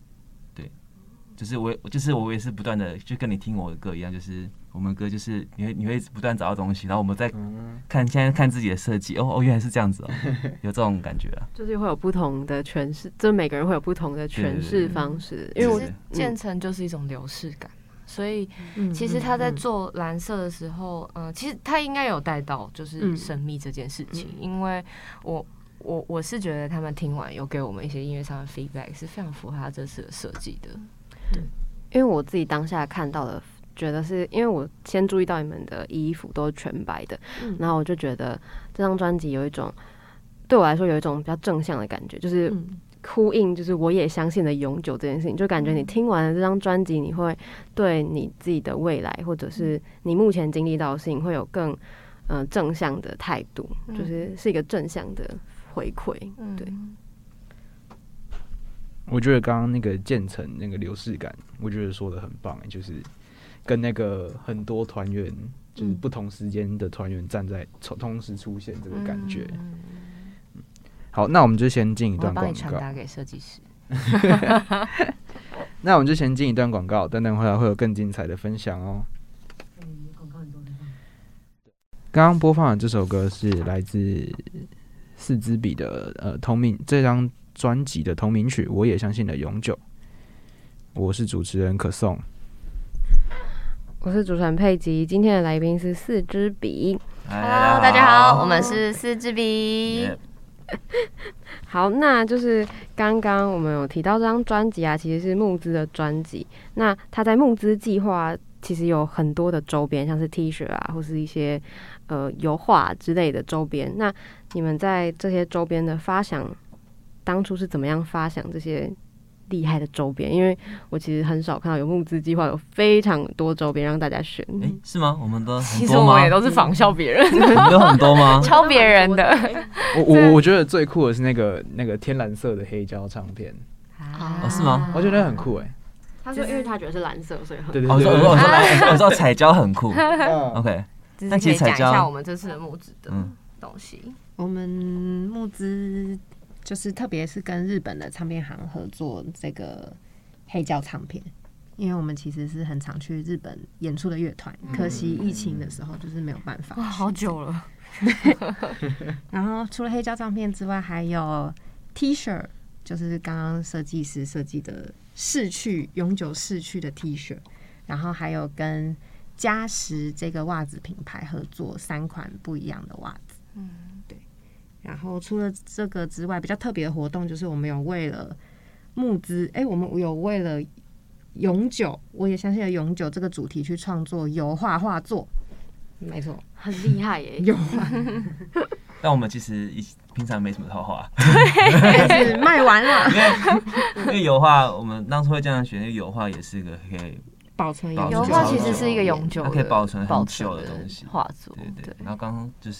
对，就是我就是我也是不断的就跟你听我的歌一样，就是我们歌就是你会你会不断找到东西，然后我们在看现在看自己的设计，哦哦原来是这样子哦，有这种感觉啊， 就是会有不同的诠释，就是每个人会有不同的诠释方式，因为我渐层就是一种流逝感。所以其实他在做蓝色的时候，嗯、呃，其实他应该有带到就是神秘这件事情，嗯、因为我我我是觉得他们听完有给我们一些音乐上的 feedback 是非常符合他这次的设计的。 对，因为我自己当下看到的，觉得是因为我先注意到你们的衣服都是全白的，嗯、然后我就觉得这张专辑有一种对我来说有一种比较正向的感觉，就是。嗯呼应就是我也相信的永久这件事情，就感觉你听完了这张专辑，你会对你自己的未来或者是你目前经历到的事情会有更呃正向的态度，就是是一个正向的回馈。对， 我觉得刚刚那个渐层那个流逝感，我觉得说的很棒，就是跟那个很多团员就是不同时间的团员站在同时出现这个感觉。嗯好，那我们就先进一段广告。我帮你传达给设计师。 那我们就先进一段广告，等等回来会有更精彩的分享哦。刚刚播放的这首歌是来自四支笔的呃同名这张专辑的同名曲《我也相信了永久》。我是主持人可颂， 我是主持人佩吉，今天的来宾是四支笔。 Hello， 大家好，我们是四支笔。Yeah. 好，那就是刚刚我们有提到这张专辑啊，其实是募资的专辑。那它在募资计划其实有很多的周边，像是 T 恤啊，或是一些呃油画之类的周边。那你们在这些周边的发想，当初是怎么样发想这些厉害的周边？因为我其实很少看到有募资计划有非常多周边让大家选。 哎、欸，是吗？我们都很多吗？ 其实我们也都是仿效别人， 你们有很多吗？ 抄别人的。 我我我觉得最酷的是那个那个天蓝色的黑胶唱片。 啊，哦、是吗？ 我觉得很酷哎。 他说，因为他觉得是蓝色，所以很酷。 对对对。 我说我说我说彩胶很酷。OK。 那其实讲一下我们这次的募资的东西。 嗯、我们募资就是特别是跟日本的唱片行合作这个黑胶唱片，因为我们其实是很常去日本演出的乐团，可惜疫情的时候就是没有办法。 哇，好久了。 然后除了黑胶唱片之外，还有 T 恤，就是刚刚设计师设计的逝去永久逝去的 T 恤，然后还有跟嘉实这个袜子品牌合作三款不一样的袜子。嗯，对。然后除了这个之外，比较特别的活动就是我们有为了募资，哎，我们有为了永久，我也相信了永久这个主题去创作油画画作。没错， 很厉害耶！ 油画。 但我们其实平常没什么套话， 但是卖完了。 因为因为油画，我们当初会这样选，因为油画也是一个可以保存油画，其实是一个永久的， 它可以保存很久的东西画作。 对 对, 对。然后刚刚就是，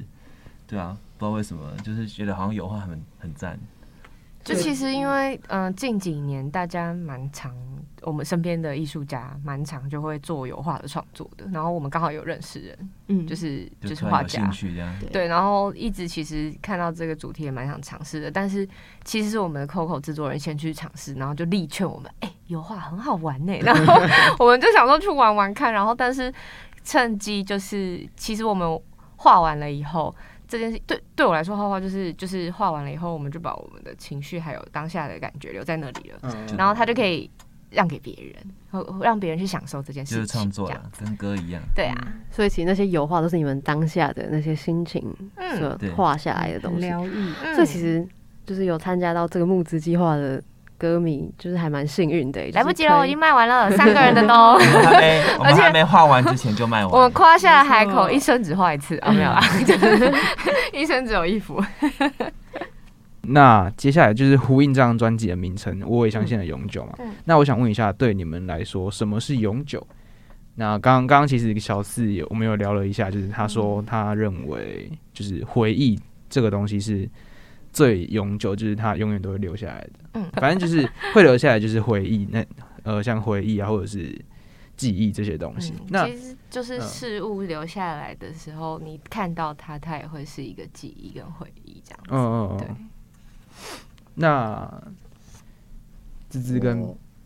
对啊，不知道为什么，就是觉得好像油画很很赞。 就其实因为嗯、呃、近几年大家蛮常，我们身边的艺术家蛮常就会做油画的创作的，然后我们刚好有认识人，嗯，就是就是画家，对，然后一直其实看到这个主题也蛮想尝试的，但是其实是我们的 Coco 制作人先去尝试，然后就力劝我们，哎、欸，油画很好玩呢，然后我们就想说去玩玩看，然后但是趁机就是其实我们画完了以后。这件事对对我来说，画画就是就是画完了以后，我们就把我们的情绪还有当下的感觉留在那里了，嗯、然后他就可以让给别人，让别人去享受这件事情， 就是创作啦，跟歌一样。 对啊， 所以其实那些油画都是你们当下的那些心情所画下来的东西， 疗愈。 所以其实就是有参加到这个募资计划的歌迷，就是还蛮幸运的、欸。 来不及了，我已经卖完了，三个人的都。 我们还没，我们还没画完之前就卖完。 我们夸下海口，一生只画一次啊，没有啊，一生只有一幅。 那接下来就是呼应这张专辑的名称，我也相信了永久嘛。嗯、那我想问一下，对你们来说，什么是永久？那刚刚其实小四有我们有聊了一下，就是他说他认为就是回忆这个东西是最永久，就是他永远都会留下来的。嗯，反正就是会留下来，就是回忆，那呃，像回忆啊，或者是记忆这些东西。嗯、那其实就是事物留下来的时候，嗯、你看到它，它也会是一个记忆跟回忆这样子。 嗯嗯嗯。对。那芝芝跟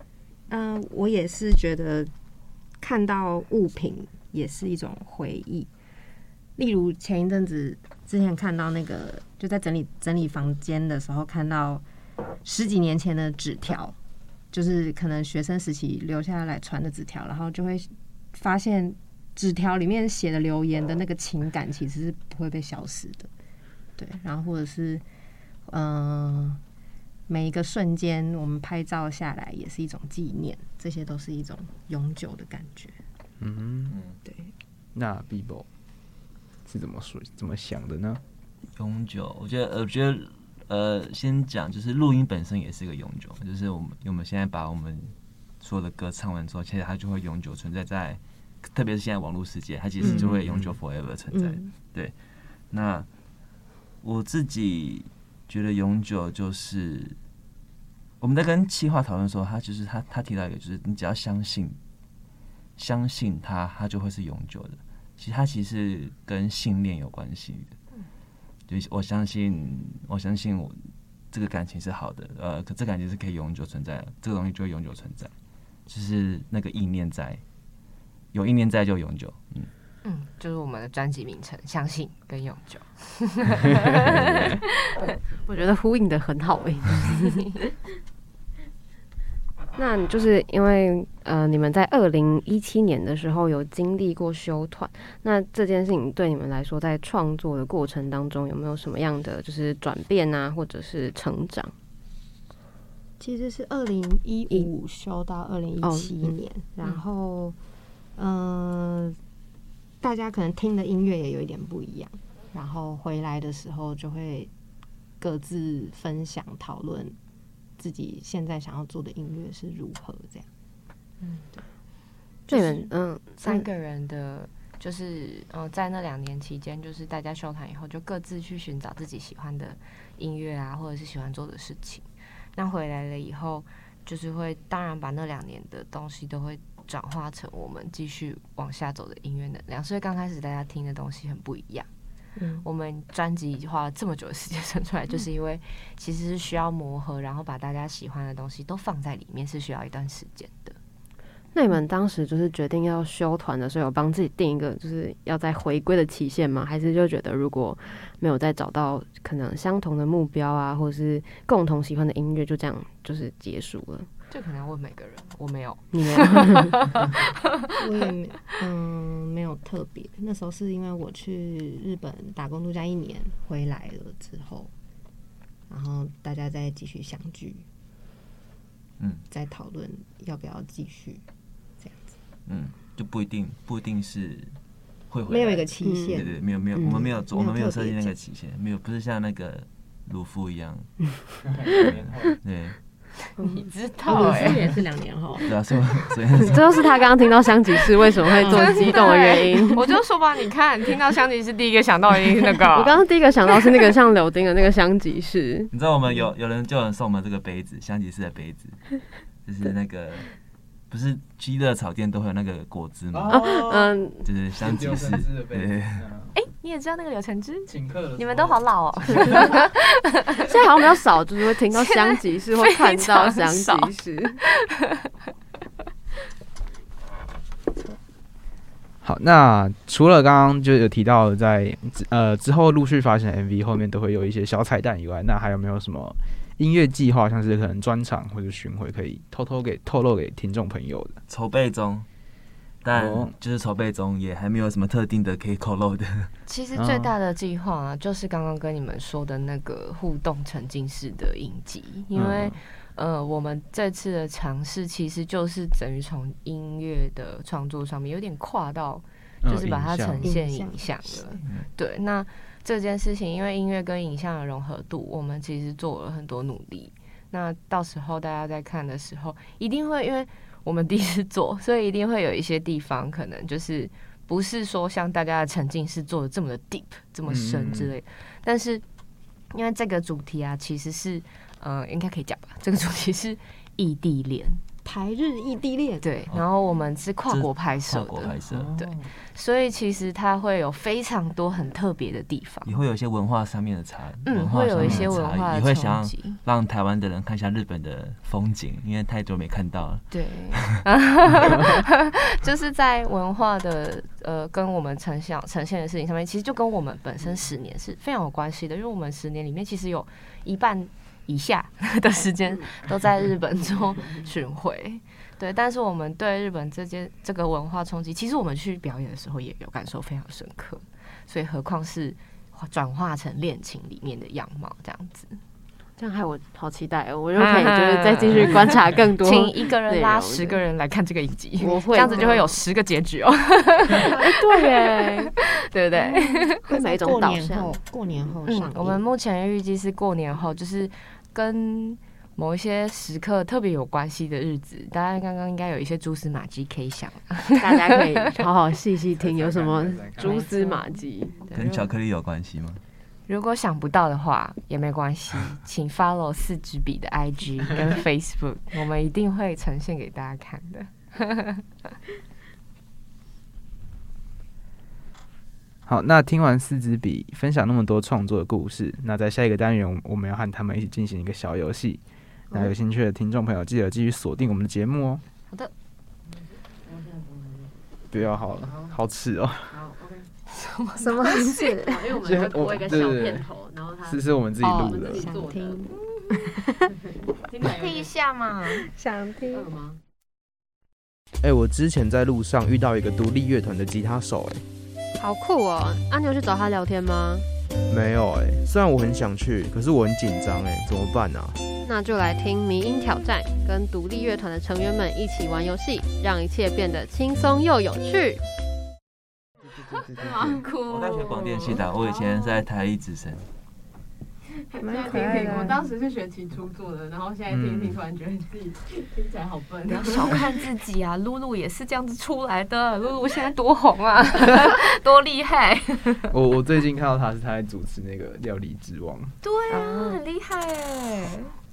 嗯、呃，我也是觉得看到物品也是一种回忆。例如前一阵子之前看到那个，就在整理整理房间的时候，看到十几年前的纸条，就是可能学生时期留下来传的纸条，然后就会发现纸条里面写的留言的那个情感其实是不会被消失的。对，然后或者是嗯。呃每一个瞬间，我们拍照下来也是一种纪念，这些都是一种永久的感觉。 嗯， 对。 那 Bibo 是怎么说、怎么想的呢？ 永久，我觉得，我觉得，呃，先讲就是录音本身也是一个永久，就是我们我们现在把我们所有的歌唱完之后，其实它就会永久存在在，特别是现在网络世界，它其实就会永久 forever 存在。嗯、对，那我自己。觉得永久就是我们在跟企划讨论的时候，他就是他他提到一个，就是你只要相信，相信他，他就会是永久的。其实他其实跟信念有关系的。就是我相信，我相信我这个感情是好的，呃，可这感情是可以永久存在的，这个东西就会永久存在，就是那个意念在，有意念在就永久，嗯。 嗯，就是我们的专辑名称，相信跟永久。 我觉得呼应的很好哎、欸。那就是因为呃，你们在二零一七年的时候有经历过休团，那这件事情对你们来说，在创作的过程当中有没有什么样的就是转变啊，或者是成长？ 其实是二零一五休到二零一七年，哦、然后嗯。呃大家可能听的音乐也有一点不一样，然后回来的时候就会各自分享讨论自己现在想要做的音乐是如何这样。 嗯，对，就是嗯，三个人的，就是呃，在那两年期间，就是大家休团以后，就各自去寻找自己喜欢的音乐啊，或者是喜欢做的事情。那回来了以后，就是会当然把那两年的东西都会转化成我们继续往下走的音乐能量，所以刚开始大家听的东西很不一样。嗯，我们专辑花了这么久的时间生出来，就是因为其实是需要磨合，然后把大家喜欢的东西都放在里面，是需要一段时间的。 那你们当时就是决定要休团的时候，有帮自己定一个就是要再回归的期限吗？还是就觉得如果没有再找到可能相同的目标啊，或者是共同喜欢的音乐，就这样就是结束了？ 这可能要问每个人，我没有， 你没有， 我也没，嗯，没有特别。那时候是因为我去日本打工度假一年，回来了之后，然后大家再继续相聚，嗯，再讨论要不要继续这样子。 嗯，就不一定，不一定是会回来， 没有一个期限， 对对，没有没有，我们没有做，我们没有设定那个期限，没有，不是像那个鲁夫一样，对。 你知道哎、 欸，也是两年后。 对啊，所以所以这就是他刚刚听到香吉士为什么会这么激动的原因。 我就说吧，你看，听到香吉士第一个想到的一定是那个。 我刚刚第一个想到是那个像柳丁的那个香吉士。 你知道我们有有人就有人送我们这个杯子，香吉士的杯子，就是那个不是鸡热炒店都会有那个果汁吗？ 哦、 嗯，就是香吉士。对。 哎、欸，你也知道那个柳橙汁？你们都好老哦。 现在好像比较少，就是会听到香吉士或看到香吉士。 好，那除了刚刚就有提到在呃之后陆续发行的 M V 后面都会有一些小彩蛋以外，那还有没有什么音乐计划，像是可能专场或者巡回，可以偷偷给透露给听众朋友的？ 筹备中。但就是筹备中，也还没有什么特定的可以透露的。 其实最大的计划啊，就是刚刚跟你们说的那个互动沉浸式的影集，因为、嗯、呃，我们这次的尝试其实就是等于从音乐的创作上面有点跨到，就是把它呈现影像了。嗯、对，那这件事情因为音乐跟影像的融合度，我们其实做了很多努力。那到时候大家在看的时候，一定会因为我们第一次做，所以一定会有一些地方可能就是不是说像大家的沉浸式做的这么的 deep 这么深之类的、嗯、但是因为这个主题啊其实是呃应该可以讲吧，这个主题是异地恋， 台日异地恋， 对，然后我们是跨国拍摄的， 跨国拍摄， 对，所以其实它会有非常多很特别的地方， 也会有一些文化上面的差， 嗯，会有一些文化的也会想要让台湾的人看一下日本的风景，因为太久没看到了。 对，就是在文化的呃跟我们呈现呈现的事情上面，其实就跟我们本身十年是非常有关系的，因为我们十年里面其实有一半以下的时间都在日本中巡回，对，但是我们对日本这件这个文化冲击，其实我们去表演的时候也有感受非常深刻，所以何况是转化成恋情里面的样貌这样子。 这样害我好期待哦！我就可以就是再继续观察更多， 请一个人拉十个人来看这个影集， 我会这样子就会有十个结局哦。 哎，对耶， 对不对？ 会每一种导向。 过年后上映， 我们目前预计是过年后，就是跟某一些时刻特别有关系的日子，大家刚刚应该有一些蛛丝马迹可以想， 大家可以好好细细听，有什么蛛丝马迹？ 跟巧克力有关系吗？ 如果想不到的话也没关系，请 follow 四支笔的 I G 跟 Facebook， 我们一定会呈现给大家看的。 好，那听完四支笔分享那么多创作的故事，那在下一个单元我们要和他们一起进行一个小游戏。那有兴趣的听众朋友，记得继续锁定我们的节目哦。 好的。 不要好了，好耻哦。 什么什么事？ 因为我们会播一个小片头，然后它是是我们自己录的。 想听， 听一下嘛， 想听吗？ 哎，我之前在路上遇到一个独立乐团的吉他手，哎， 好酷哦！啊，你有去找他聊天吗？ 没有哎，虽然我很想去，可是我很紧张哎，怎么办啊？ 那就来听迷音挑战，跟独立乐团的成员们一起玩游戏，让一切变得轻松又有趣。 蛮酷。 我大学广电系的，我以前是在台艺之声。 蛮可爱的。我当时是学期初做的，然后现在听听，突然觉得自己听起来好笨。 不要小看自己啊，露露也是这样子出来的。露露现在多红啊，多厉害！ 我我最近看到他是他在主持那个《料理之王》。 对啊，很厉害哎。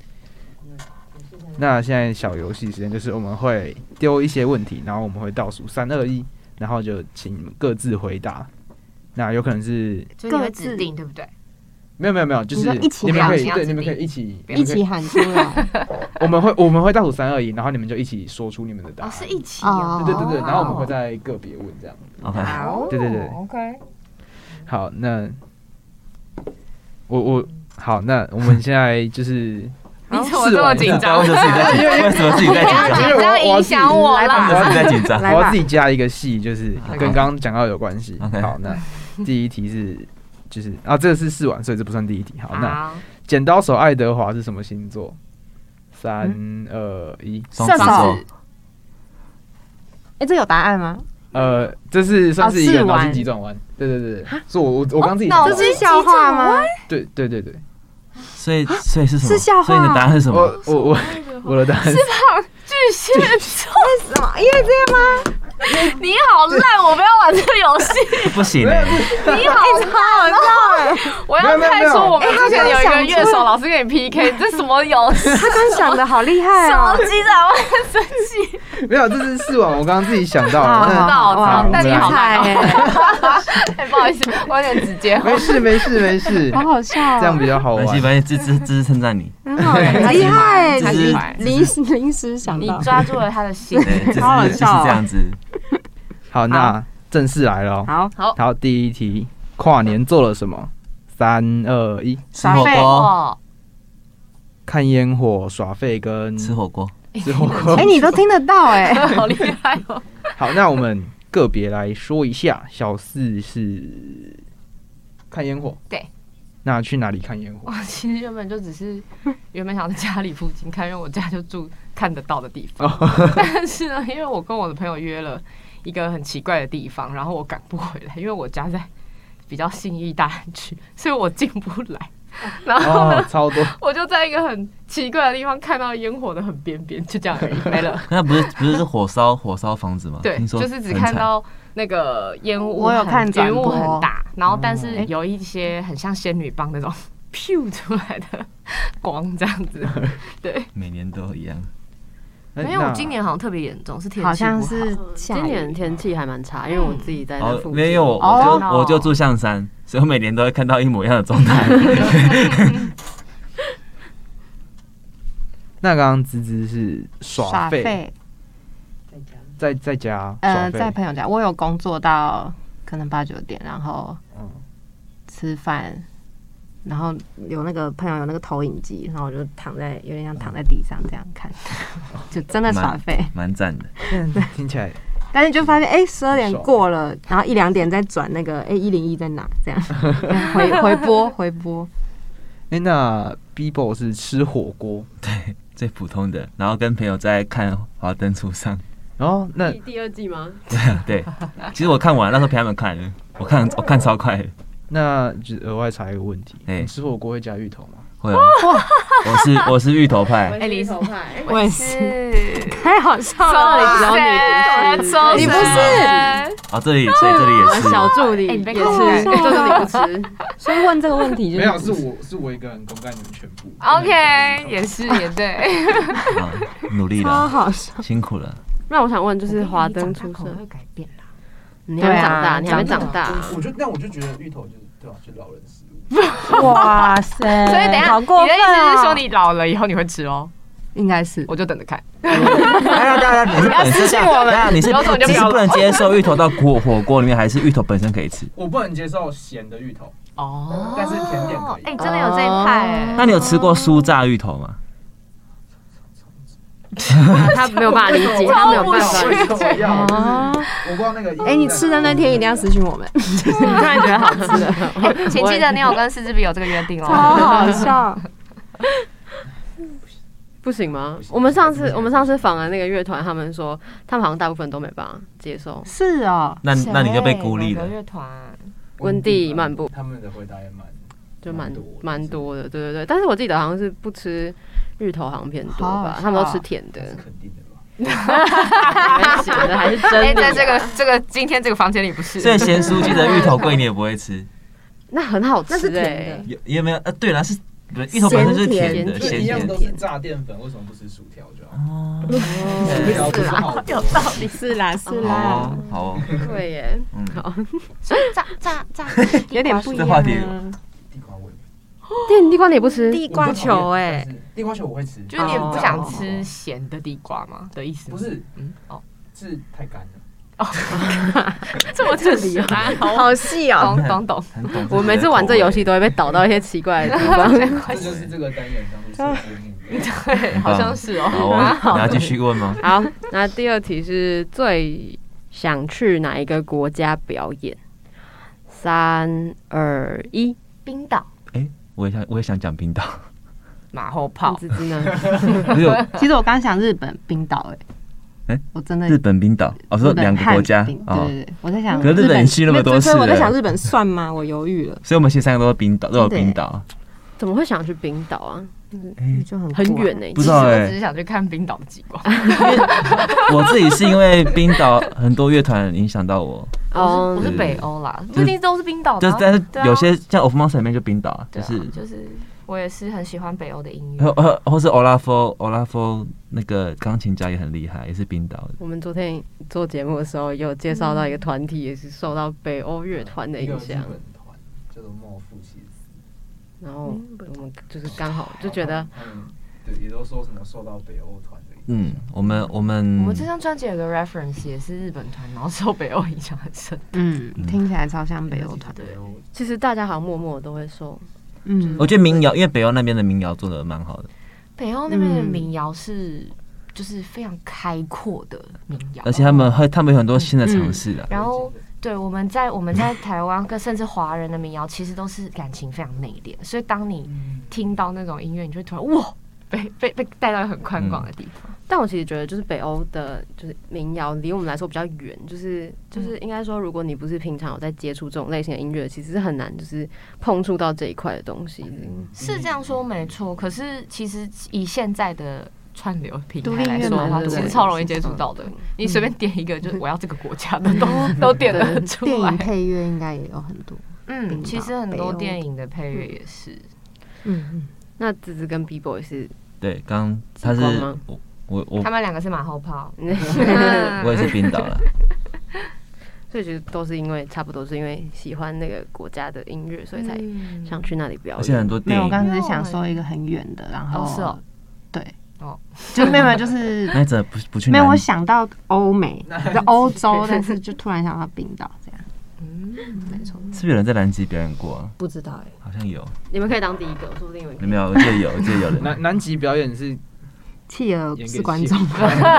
那现在小游戏时间就是我们会丢一些问题，然后我们会倒数三二一，然后就请你们各自回答。那有可能是各自定，对不对？ 没有没有没有，就是你们可以对，你们可以一起一起喊出来。 我们会我们会倒数三二一，然后你们就一起说出你们的答案。 哦，是一起啊？ 对对对对，然后我们会再个别问这样。 OK， 好， 对对对 ，OK。 好，那我我好，那我们现在就是。 你怎么这么紧张？ 为什么自己在紧张？为什么自己在紧张？ 紧张影响我啦！ 我自己在紧张。 我要自己加一个戏，就是跟刚刚讲到有关系。好，那第一题是就是啊，这个是试完，所以这不算第一题。好，那剪刀手爱德华是什么星座？三二一， 射手。哎，这有答案吗？ 呃，这是算是一个脑筋急转弯。对对对对，是我我我刚自己脑筋笑话吗？ 对对对对。 所以，所以是什么？ 是笑话。 所以你的答案是什么？ 我我我我的答案是胖巨蟹座。 为什么？因为这样吗？ 你好烂，我不要玩这个游戏。 不行哎！ 你好烂哎！我要开除我们之前有一个乐手老师跟你 P K， 这什么游戏？ 他刚想的好厉害哦！手机在我很生气。 没有，这是试完，我刚刚自己想到了。知道， 哇， 那你好烂哎！不好意思，我有点直接。 没事没事没事， 好好笑， 这样比较好玩。 没关系，这这这是称赞你， 很厉害， 临时临时想到， 你抓住了他的心， 好好笑， 就是这样子。 好，那正式来了。 好， 好， 好，第一题，跨年做了什么？三二一， 吃火锅， 看烟火、耍废跟吃火锅， 吃火锅。 哎，你都听得到哎， 好厉害哦！ 好，那我们个别来说一下。小四是看烟火， 对。 那去哪里看烟火？ 我其实原本就只是原本想在家里附近看，因为我家就住看得到的地方。但是呢，因为我跟我的朋友约了一个很奇怪的地方，然后我赶不回来，因为我家在比较信义大安区，所以我进不来。然后呢， 哦、超多， 我就在一个很奇怪的地方看到烟火的很边边，就这样而已，没了。 那不是不是是火烧火烧房子吗？ 对，就是只看到那个烟雾， 我有看烟雾很大，然后但是有一些很像仙女棒那种飘出来的光，这样子。对， 每年都一样。 没有，今年好像特别严重，是天气好像不好。 是下雨今年天气还蛮差，因为我自己在那附近。 没有，我就我就住象山，所以我每年都会看到一模一样的状态。 那刚刚芝芝是耍废，在在家， 呃，在朋友家，我有工作到可能八九点，然后吃饭，然后有那个朋友有那个投影机，然后我就躺在有点像躺在地上这样看，就真的耍废， 蛮赞的。 听起来， 但是就发现哎，十二点过了，然后一两点再转那个哎一零一在哪这样回回播回播。 哎，那 Bibo 是吃火锅， 对。最普通的，然后跟朋友在看《华灯初上》。 哦，那第二季吗？ 对啊，对。其实我看完，那时候陪他们看，我看我看超快的。 那就额外查一个问题：你吃火锅会加芋头吗？ 会啊。我是我是芋头派。 哎，芋头派， 我也是。太好笑了， 只有你不是， 你不是。 哦，这里所以这里也是。 小助理也是，就是你不吃。 所以问这个问题就没有，是我是我一个人公干你们全部。 OK， 也是也对。 努力了， 超好笑， 辛苦了。 那我想问，就是华灯初上会改变啦。 你还没长大，你还没长大。 我就那我就觉得芋头就是对吧，就老人食物。 哇塞！ 所以等一下，你的意思是说你老了以后你会吃哦？ 应该是， 我就等着看。 大家你是不要失去我们， 你是你是不能接受芋头到火火锅里面，还是芋头本身可以吃？ 我不能接受咸的芋头哦，但是甜点可以。 哎，真的有这一派。 那你有吃过酥炸芋头吗？ 他没有办法理解，他没有办法理解。 哦，我不知道那个。 哎，你吃的那天一定要私讯我们， 你突然觉得好吃的。 请记得你有跟四支笔有这个约定哦。 超好笑。 不行吗？我们上次我们上次访的那个乐团，他们说他们好像大部分都没办法接受。 是哦， 那那你就被孤立了。 乐团温蒂漫步， 他们的回答也蛮就蛮蛮多的，对对对。但是我记得好像是不吃芋头，好像偏多吧，他们都吃甜的。 肯定的吧？ 咸的还是真的？ 哎，在这个这个今天这个房间里不是。 所以咸酥鸡的芋头贵你也不会吃？ 那很好吃， 那是甜的。 有有没有？呃，对了，是。芋头本身就是甜的，咸一样都是炸淀粉，为什么不吃薯条就好？哦， 薯条不是好有道理， 是啦是啦， 好， 对耶，好， 所以炸炸炸有点不一样。 地瓜味， 地地瓜你也不吃？ 地瓜球哎， 地瓜球我会吃， 就是你不想吃咸的地瓜吗？的意思不是，嗯，哦，是太干了。 哦，这么这里好细哦， 懂懂懂。我每次玩这游戏都会被导到一些奇怪的地方。 这就是这个单元当初对，好像是哦。 好，你要继续问吗？ 好，那第二题是最想去哪一个国家表演？三二一， 冰岛。 哎，我也想，我也想讲冰岛。 马后炮。 芝芝呢？ 其实我刚想日本、冰岛，哎。 哎， 我真的日本、冰岛，我说两个国家， 对对对，我在想， 可是日本你去那么多次了， 我在想日本算吗？我犹豫了。 所以我们其实三个都是冰岛，都有冰岛。 怎么会想去冰岛啊？ 就很很远呢， 不知道哎， 只是想去看冰岛的极光。 我自己是因为冰岛很多乐团影响到我。 哦，我是北欧啦，不一定都是冰岛的， 就但是有些像 Of Monsters 里面就冰岛啊，就是就是。我也是很喜欢北欧的音乐， 或或是 Olafur Olafur 那个钢琴家也很厉害，也是冰岛的。 我们昨天做节目的时候有介绍到一个团体，也是受到北欧乐团的影响， 日本团叫做莫夫西斯。 然后我们就是刚好就觉得， 对，也都说什么受到北欧团的影响。 嗯，我们我们我们这张专辑有个 reference 也是日本团，然后受北欧影响很深。 嗯，听起来超像北欧团。 对，其实大家好像默默都会受。 嗯， 我觉得民谣，因为北欧那边的民谣做的蛮好的。 北欧那边的民谣是就是非常开阔的民谣， 而且他们会他们有很多新的尝试的。 然后，对我们在我们在台湾跟甚至华人的民谣，其实都是感情非常内敛，所以当你听到那种音乐，你就会突然哇，被被被带到很宽广的地方。 但我其实觉得，就是北欧的，就是民谣离我们来说比较远，就是就是应该说，如果你不是平常有在接触这种类型的音乐，其实是很难就是碰触到这一块的东西。 是这样说没错，可是其实以现在的串流平台来说的话，其实超容易接触到的。你随便点一个，就是我要这个国家的，都都点得很出来。 电影配乐应该也有很多。 嗯，其实很多电影的配乐也是。 嗯嗯， 那芝芝跟 B-boy 是对，刚他是我我他们两个是马后炮， 我也是冰岛了。 所以其实都是因为差不多是因为喜欢那个国家的音乐，所以才想去那里表演。 而且很多没有，我电影， 刚刚只是想说一个很远的，然后哦是哦， 对， 哦， 就没有没有，就是那怎么不不去没有， 南我想到欧美，就欧洲，但是就突然想到冰岛这样。 嗯， 没错， 是不是有人在南极表演过啊？ 不知道哎， 好像有， 你们可以当第一个，说不定你们可以有没有？我记得有，我记得有人。 南南极表演是企鹅不演给是观众， 就是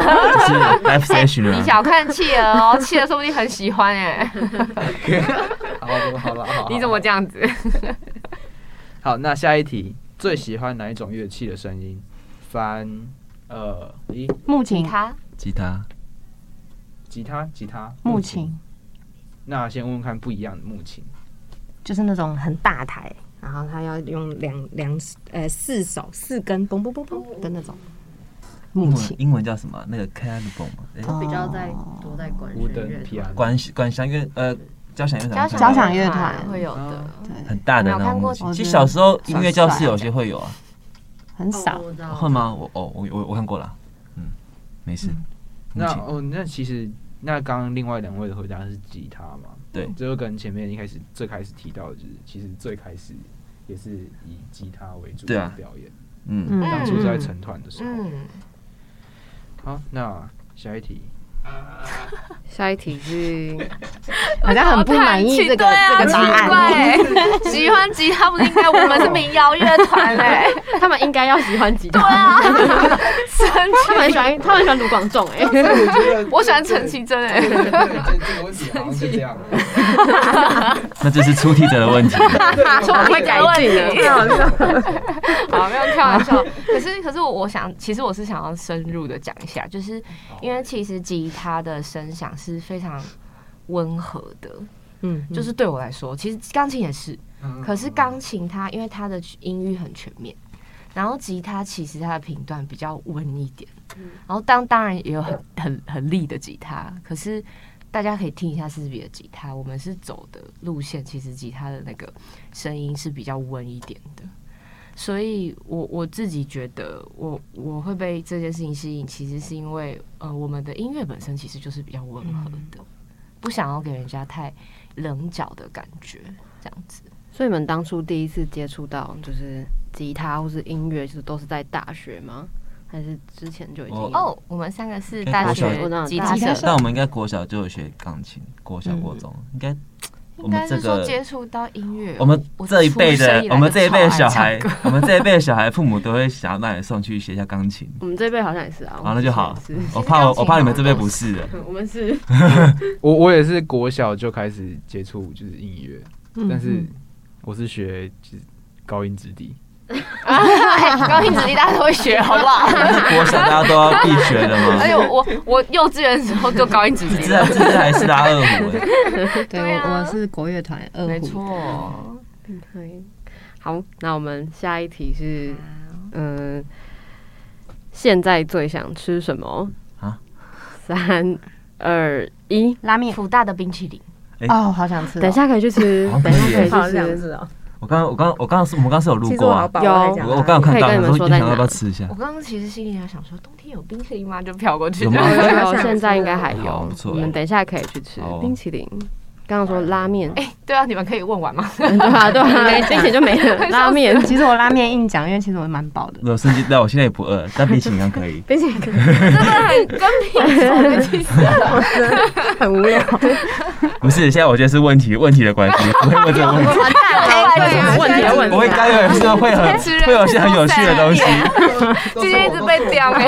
live session 啊。 你小看企鹅哦，企鹅说不定很喜欢哎。 好了好了，好， 你怎么这样子？ 好？那下一题，最喜欢哪一种乐器的声音？三二一， 吉木琴， 他， 吉他， 吉他，吉他， 木琴那先问问看不一样的木琴。 就是那种很大台，然后他要用两两呃四手四根嘣嘣嘣嘣的那种木英文琴。 英文叫什么？那个 cannonball 嘛，哎比较在多在管无灯弦乐团 piano 管管弦乐呃交响乐团， 交响乐团会有的， 对， 很大的那种木琴。 没有看过其实小时候音乐教室有些会有啊， 很少。 哦我知道会吗？我哦我我我看过了，嗯，没事。木琴那哦，那其实那刚刚另外两位的回答是吉他嘛？ 对， 这就跟前面一开始最开始提到的，就是其实最开始也是以吉他为主对啊的表演。 嗯， 嗯当初是在成团的时候。 嗯， 好，那下一题， 下一题是好像很不满意这个对啊这个答案。 奇怪喜欢吉他不是应该我们是民谣乐团哎？ 他们应该要喜欢吉他， 啊，生他们很喜欢，他们很喜欢卢广仲哎、 我觉得我喜欢陈绮贞哎。 对对对，这这个问题好像是这样。 那这是出题者的问题。 说会改进的好，没有开玩笑。可是，可是我我想，其实我是想要深入的讲一下，就是因为其实吉他的声响是非常温和的， 嗯， 就是对我来说，其实钢琴也是， 嗯可是钢琴它因为它的音域很全面，然后吉他其实它的频段比较温一点，然后当当然也有很很很利的吉他，可是大家可以听一下斯比的吉他，我们是走的路线，其实吉他的那个声音是比较温一点的，所以我我自己觉得我我会被这件事情吸引，其实是因为呃我们的音乐本身其实就是比较温和的，不想要给人家太棱角的感觉，这样子。 所以你们当初第一次接触到就是吉他或是音乐，就是都是在大学吗？还是之前就已经有？ 哦，我们三个是哎大学国小吉他社， 但我们应该国小就有学钢琴，国小国中应该。我应该是们这个说接触到音乐。 我们这一辈的，我们这一辈的小孩超爱唱歌， 我们这一辈的小孩，父母都会想要让你送去学一下钢琴。 我们这辈好像也是啊。 好，那就好是。 我怕我，我怕你们这辈不是的。 我们是我我也是国小就开始接触就是音乐， 嗯但是我是学就是高音质地。 高音质地大家都会学，好不好？ 国小大家都要必学的吗？ 而且我我幼稚园的时候就高音质地这这这还是拉二胡哎。 对， 对啊我我是国乐团二没胡。 错。 对。好，那我们下一题是，嗯、现在最想吃什么？ 啊？ 三二一， 拉面福大的冰淇淋， 欸哦，好想吃哦。 等一下可以去吃， 好像等一下可以好去吃。 想吃哦。 我刚我刚我刚是我们刚是有录过啊， 有我我刚有看到， 可以跟你们我说你想要说在哪不要吃一下我？刚刚其实心里还想说，冬天有冰淇淋吗？就飘过去。 有吗有有有， 想吃现在应该还好有不，错我们等一下可以去吃好冰淇淋。刚刚说拉面， 哎，对啊，你们可以问完吗？ 对啊对啊，冰淇淋就没了，拉面。 其实我拉面硬讲，因为其实我蛮饱的。 我甚至但我现在也不饿，但冰淇淋刚可以。 冰淇淋可以真的很跟平常的气势。 很无聊。 不是，现在我觉得是问题问题的关系，不会问这个问题。 完蛋了，对问题的问题。 我会刚有时候会很会有些很有趣的东西， 今天一直被刁哎。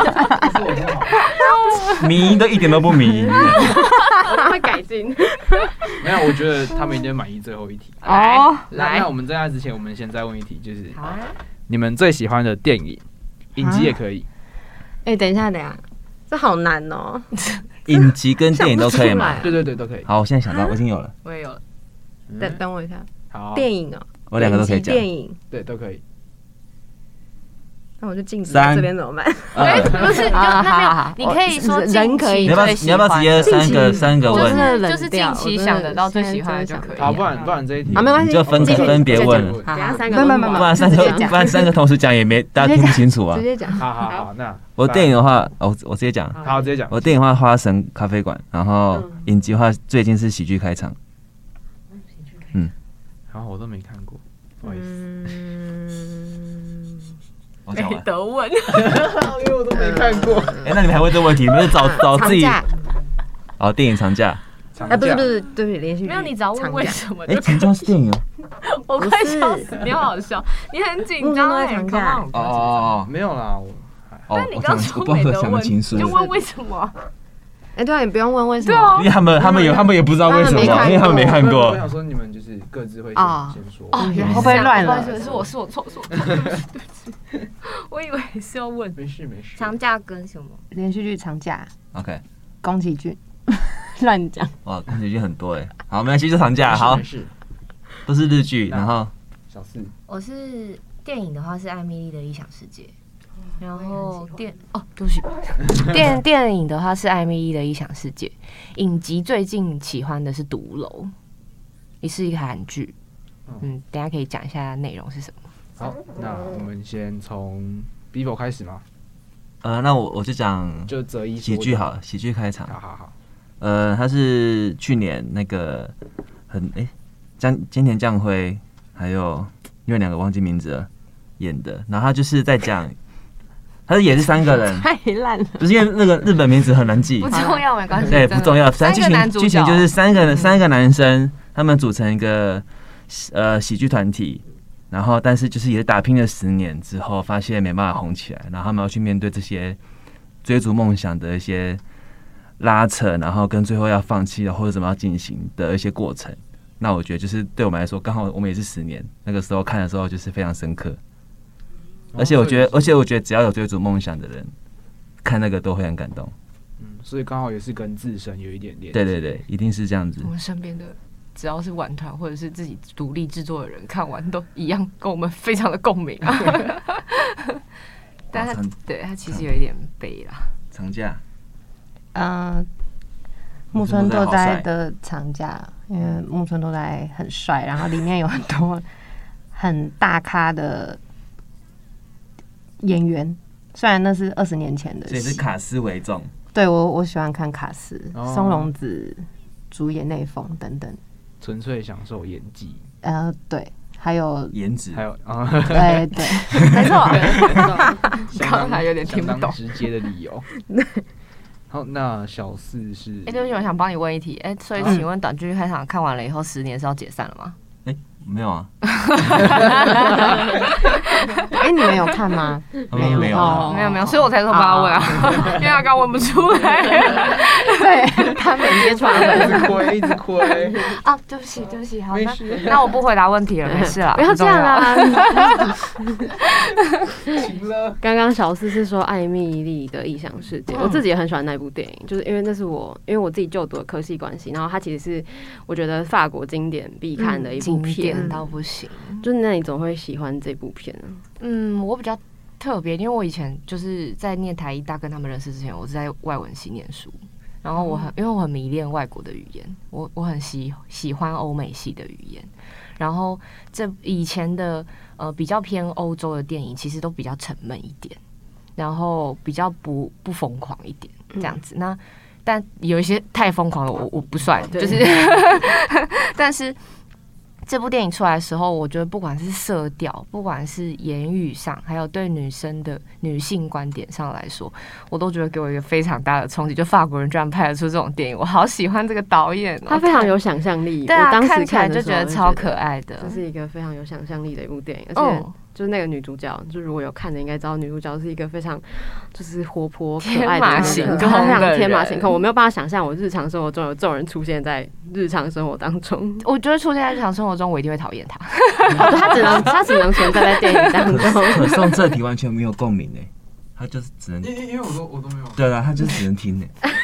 迷都一点都不迷。 会改进。 没有，我觉得他们一定满意最后一题。 哦， 那那我们在那之前，我们先再问一题，就是好啊， 你们最喜欢的电影，影集也可以。 哎，等一下，等一下，这好难哦。 影集跟电影都可以吗？ 对对对，都可以。 好，我现在想到，我已经有了， 我也有了。 等等我一下， 好， 电影哦， 我两个都可以讲。 电影对都可以。 那我就禁止三这边怎么办？ 哎，不是，你就好那好边你可以说人可以你要不要你要不要直接三个三个就问？ 是就是近期想得到最喜欢的就可以。 好，不然不然这一题啊，没关系， 你就分分别问了。 等下三个， 没没没没， 不然三个不然三个同时讲也没大家听不清楚啊直。接讲。 好好好，那我电影的话，我我直接讲。 好直接讲。 我电影的话，《花神咖啡馆》，然后影集的话，最近是喜剧开场。嗯， 然后我都没看过，不好意思。 我讲完。 得问， 因为我都没看过。 哎，那你们还问这个问题？你们找找自己。哦，电影长假。 哎，不是不是，对不起，连续剧。 没有，你只要问为什么哎， 就可以。 长假是电影哦。 我快笑死，你好好笑，你很紧张哎， 长假哦哦没有啦，我哦。 但你刚说我没得想的问， 情书。 就问为什么？ 哎，对啊，你不用问为什么。 对啊因为他们他们有他们也不知道为什么， 他们没看过因为他们没看我过。 想说你们就是各自会哦先先说。 哦，原来会不会乱了不好意思是我是我错是我错，对不起对不起，我以为是要问没事没事。 长假跟什么？ 连续剧长假， OK， 宫崎骏，乱讲。 哇，宫崎骏很多哎。好，没关系，就长假。好没，事。 都是日剧，然后小四， 我是电影的话是《艾米丽的异想世界》，然后电哦，对不起，电电影的话是《艾米丽的异想世界》，影集最近喜欢的是《独楼》，也是一个韩剧。嗯，等一下可以讲一下内容是什么。 好，那我们先从 Bivo 开始嘛， 呃，那我我就讲就择一喜剧好了，喜剧开场。 好好好。 呃，他是去年那个很哎，江金田将晖还有另外两个忘记名字了演的，然后他就是在讲，他也是三个人， 太烂了。 不是因为那个日本名字很难记， 不重要，没关系。 对，不重要。反正剧情三个男主角剧情就是三个三个男生，他们组成一个呃喜剧团体，然后但是就是也是打拼了十年之后，发现没办法红起来，然后他们要去面对这些追逐梦想的一些拉扯，然后跟最后要放弃了或者怎么样进行的一些过程。那我觉得就是对我们来说，刚好我们也是十年，那个时候看的时候就是非常深刻。而且我觉得，而且我觉得只要有追逐梦想的人，看那个都会很感动。 嗯，所以刚好也是跟自身有一点连接。 对对对，一定是这样子我。们身边的只要是玩团或者是自己独立制作的人，看完都一样，跟我们非常的共鸣啊。但他对他其实有一点悲啦。 长假， 嗯，木村拓哉的长假，因为木村拓哉很帅，然后里面有很多很大咖的演员，虽然那是二十年前的戏， 所以是卡斯为重。 对我我喜欢看卡斯， 哦松隆子主演内丰等等， 纯粹享受演技， 呃，对，还有颜值， 还有啊， 对对，没错， 刚才有点听不懂相当直接的理由。好，那小四是， 哎、欸，对不起，我想帮你问一题，哎、欸，所以请问短剧开场看完了以后，十年是要解散了吗？ 哎、欸，没有啊。 哎、欸，你们有看吗？ 没有，没有、啊， 没有，没有，所以我才说帮他问啊，因为他刚问不出来。 对，他没接出来， 一直亏，一直亏。 啊，对不起，对不起，好，那那我不回答问题了，没事啦， 不要这样啊。 行了。 刚刚小四是说艾蜜莉的异想世界，我自己也很喜欢那部电影，就是因为那是我因为我自己就读的科系关系，然后它其实是我觉得法国经典必看的一部片， 到不行。 就是那你总会喜欢这部片啊？ 嗯，我比较特别，因为我以前就是在念台艺大跟他们认识之前，我是在外文系念书，然后我很因为我很迷恋外国的语言，我我很喜喜欢欧美系的语言，然后这以前的呃比较偏欧洲的电影其实都比较沉闷一点，然后比较不不疯狂一点这样子。嗯、那但有一些太疯狂了，我我不算，就是，但是。这部电影出来的时候，我觉得不管是色调，不管是言语上，还有对女生的女性观点上来说，我都觉得给我一个非常大的冲击。就法国人居然拍得出这种电影，我好喜欢这个导演、喔， 他非常有想象力。 对啊， 我当时看起来就觉得超可爱的， 这是一个非常有想象力的一部电影，而且就是那个女主角，就如果有看的应该知道，女主角是一个非常就是活泼可爱的， 天马行空的人， 她非常天马行空。我没有办法想象我日常生活中有这种人出现在日常生活当中。 我觉得出现在日常生活中，我一定会讨厌他。 他只能他只能存在在电影当中。 可颂这题完全没有共鸣诶，他就是只能因因为我都我都没有。 对啊，他就只能听诶。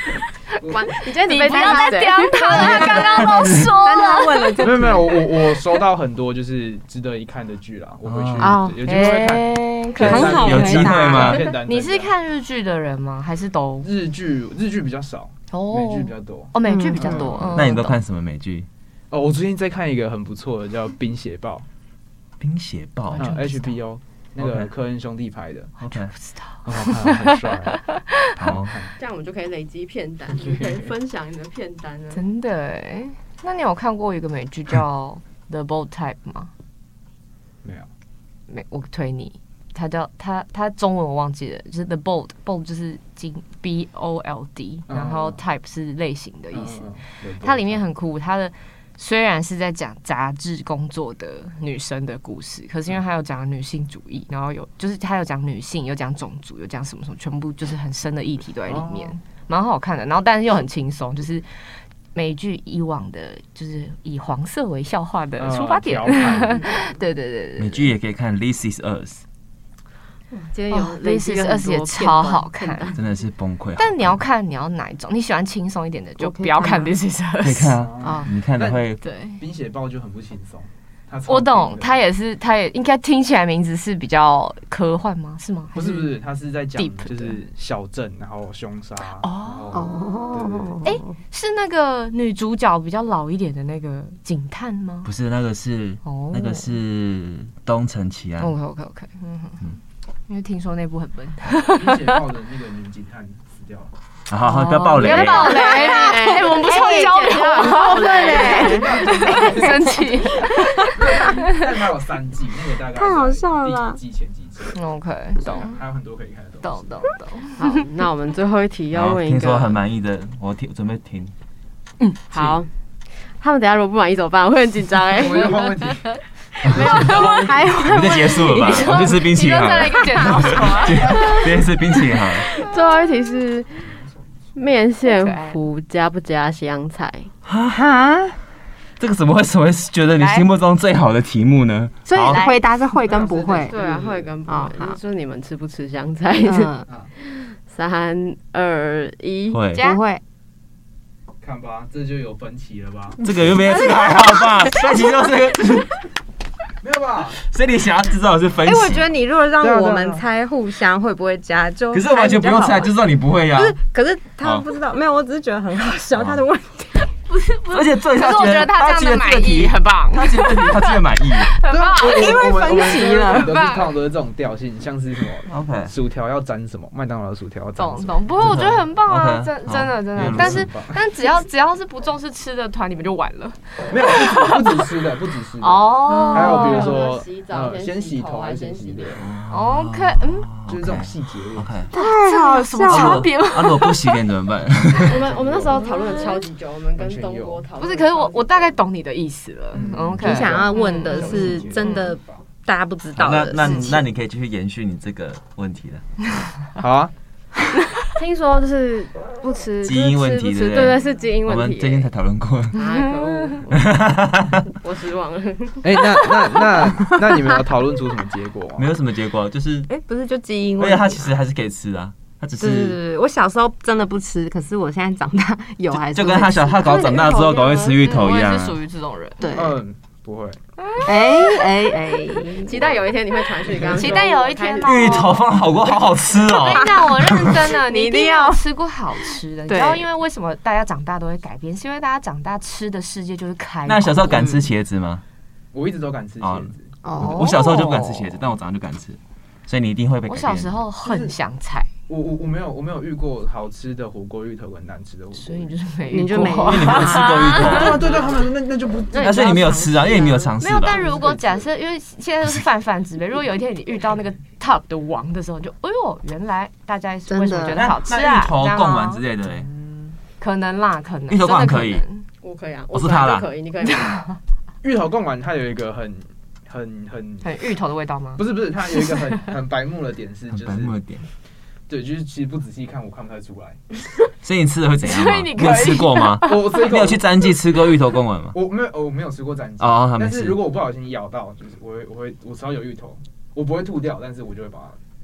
完，你今天你不要再刁他了，他刚刚都说了。 问了， 没有没有，我我收到很多就是值得一看的剧啦，我回去哦有机会会看。 欸、可很好有机会吗？ 你是看日剧的人吗？还是都日剧？日剧比较少，美剧比较多。 哦，美剧比较多。 嗯、那你都看什么美剧？ 哦，我最近在看一个很不错的，叫《冰血暴》。 冰血暴、 嗯、，H B O 那个科恩兄弟拍的。 OK， 不知道， 很好看，很帅。 好， 这样我们就可以累积片单，就可以分享你的片单了。 真的哎，那你有看过一个美剧叫《The Bold Type》吗？ 没有， 没，我推你。它叫它它中文我忘记了，就是 The Bold Bold 就是金 B O L D， 然后 Type 是类型的意思。 嗯嗯、 它里面很酷，它的。虽然是在讲杂志工作的女生的故事，可是因为她有讲女性主义，然后有就是她有讲女性，有讲种族，有讲什么什么，全部就是很深的议题都在里面，蛮好看的。然后但是又很轻松，就是美剧以往的，就是以黄色为笑话的出发点。嗯、对, 对, 对对对， 美剧也可以看《This Is Us》。 今天有《 This Is Us》也超好看， 真的是崩溃。 但你要看你要哪一种？你喜欢轻松一点的，就不要看《This Is Us》。 可以看啊，你看的会对。 冰血暴就很不轻松。 我懂，他也是，他也应该听起来名字是比较科幻吗？是吗？ 不是不是，他是在讲就是小镇，然后凶杀。 哦哦，哎，是那个女主角比较老一点的那个警探吗？ 不是，那个是哦，那个是东城奇案。 OK OK OK， 嗯嗯，因为听说那部很笨。 冰血暴的那个女警探死掉了。 好好，不要爆雷！ 不要爆雷！哎，我们不是要交流，很过分哎，生气。 但它有三季，那个大概太好笑了。 第几季前几季 ？OK， 懂。 还有很多可以看的东西。懂懂懂。 好，那我们最后一题要问一个， 听说很满意的，我听准备听。 嗯，好。他们等下如果不满意怎么办？我会很紧张哎。 我们换问题。 没有，还我们就结束了吧？我去吃冰淇淋好了。今天吃冰淇淋好了。 最后一题是。面线糊加不加香菜？ 哈， 这个怎么会成为觉得你心目中最好的题目呢？ 所以回答是会跟不会。 对啊，会跟不会。就是你们吃不吃香菜？三二一， 会不会？ 看吧，这就有分歧了吧？ 这个又没有，这个还好吧？分歧就是没有吧？ 所以你想要知道的是分析。 哎，我觉得你如果让我们猜互相会不会加，就可是完全不用猜，就知道你不会呀。 不是，可是他们不知道，没有，我只是觉得很好笑，他的问题。 不是不是， 而且最可是我觉得他这样的满意很棒， 他觉得他真的满意， 很棒， 因为分歧了。 都是通常都是这种调性，像是什么 ？OK， 薯条要沾什么？麦当劳的薯条要沾什么？ 懂懂，不过我觉得很棒啊，真真的真的。但是但只要只要是不重视吃的团，你们就完了。 没有，不止吃的，不止吃的哦。还有比如说，呃，先洗头还是先洗脸 ？OK， 嗯， 就是这种细节。 OK， 太好笑了，差别吗？ 啊，如果不洗脸怎么办？ 我们我们那时候讨论了超级久，我们跟东郭讨论。 不是，可是我我大概懂你的意思了。OK， 你想要问的是真的大家不知道的事情。 那那那你可以继续延续你这个问题了。 好啊。 听说就是不吃基因问题，对对对，是基因问题。 我们最近才讨论过。 哎，可恶！我失望了。 哎，那那那那你们有讨论出什么结果吗？ 没有什么结果，就是哎，不是就基因问题。 而且他其实还是可以吃啊。他只是对对对，我小时候真的不吃，可是我现在长大有还是就跟他小他搞长大之后搞会吃芋头一样。 我也是属于这种人。 对， 嗯，不会。 哎哎哎， 期待有一天你会传讯刚刚。 期待有一天芋头放好过，好好吃哦。 我跟你讲，我认真的，你一定要吃过好吃的。你知道，因为为什么大家长大都会改变，是因为大家长大吃的世界就是开。 那小时候敢吃茄子吗？ 我一直都敢吃茄子。 哦， 我小时候就不敢吃茄子，但我长大就敢吃，所以你一定会被改变。 我小时候恨香菜。 我我我没有我没有遇过好吃的火锅芋头跟难吃的火锅， 所以你就是没遇过， 你就没， 因为你没有吃过芋头。 对对，他们那那就不， 那所以你没有吃啊，因为你没有尝试。 没有，但如果假设，因为现在都是泛泛之辈，如果有一天你遇到那个 top 的王的时候，就哎呦，原来大家为什么觉得好吃啊？ 芋头贡丸之类的嘞， 可能啦，可能芋头贡丸可以， 我可以啊， 我是他啦， 可以，你可以。 芋头贡丸它有一个很很很很芋头的味道吗？ 不是不是，它有一个很很白目的点是，就是白目的点。 对，就是其实不仔细看，我看不太出来。 所以你吃的会怎样吗？ 所以你有吃过吗？ 我吃过。 你有去詹记吃过芋头贡丸吗？ 我没有，我没有吃过詹记。 哦， 但是如果我不小心咬到，就是我会，我会，我只要有芋头，我不会吐掉，但是我就会把它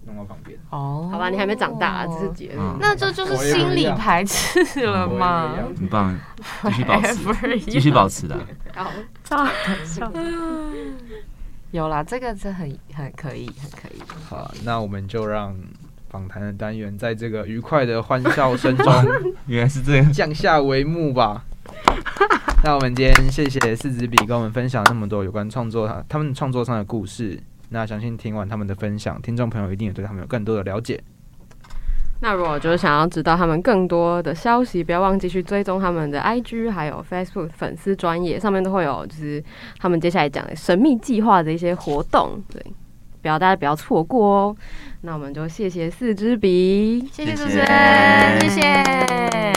弄到旁边。 哦， 好吧，你还没长大，这是结论。 嗯那这就是心理排斥了吗？ 很棒，继续保持，继续保持的。 好， 超好笑。 有啦，这个是很很可以，很可以。 好，那我们就让访谈的单元在这个愉快的欢笑声中， 原来是这样， 降下帷幕吧。那我们今天谢谢四支笔跟我们分享那么多有关创作他们创作上的故事。那相信听完他们的分享，听众朋友一定也对他们有更多的了解。 那如果就是想要知道他们更多的消息，不要忘记去追踪他们的 I G 还有 Facebook 粉丝专页，上面都会有就是他们接下来讲的神秘计划的一些活动，对，不要大家不要错过哦。那我们就谢谢四支笔， 谢谢主持人，谢谢。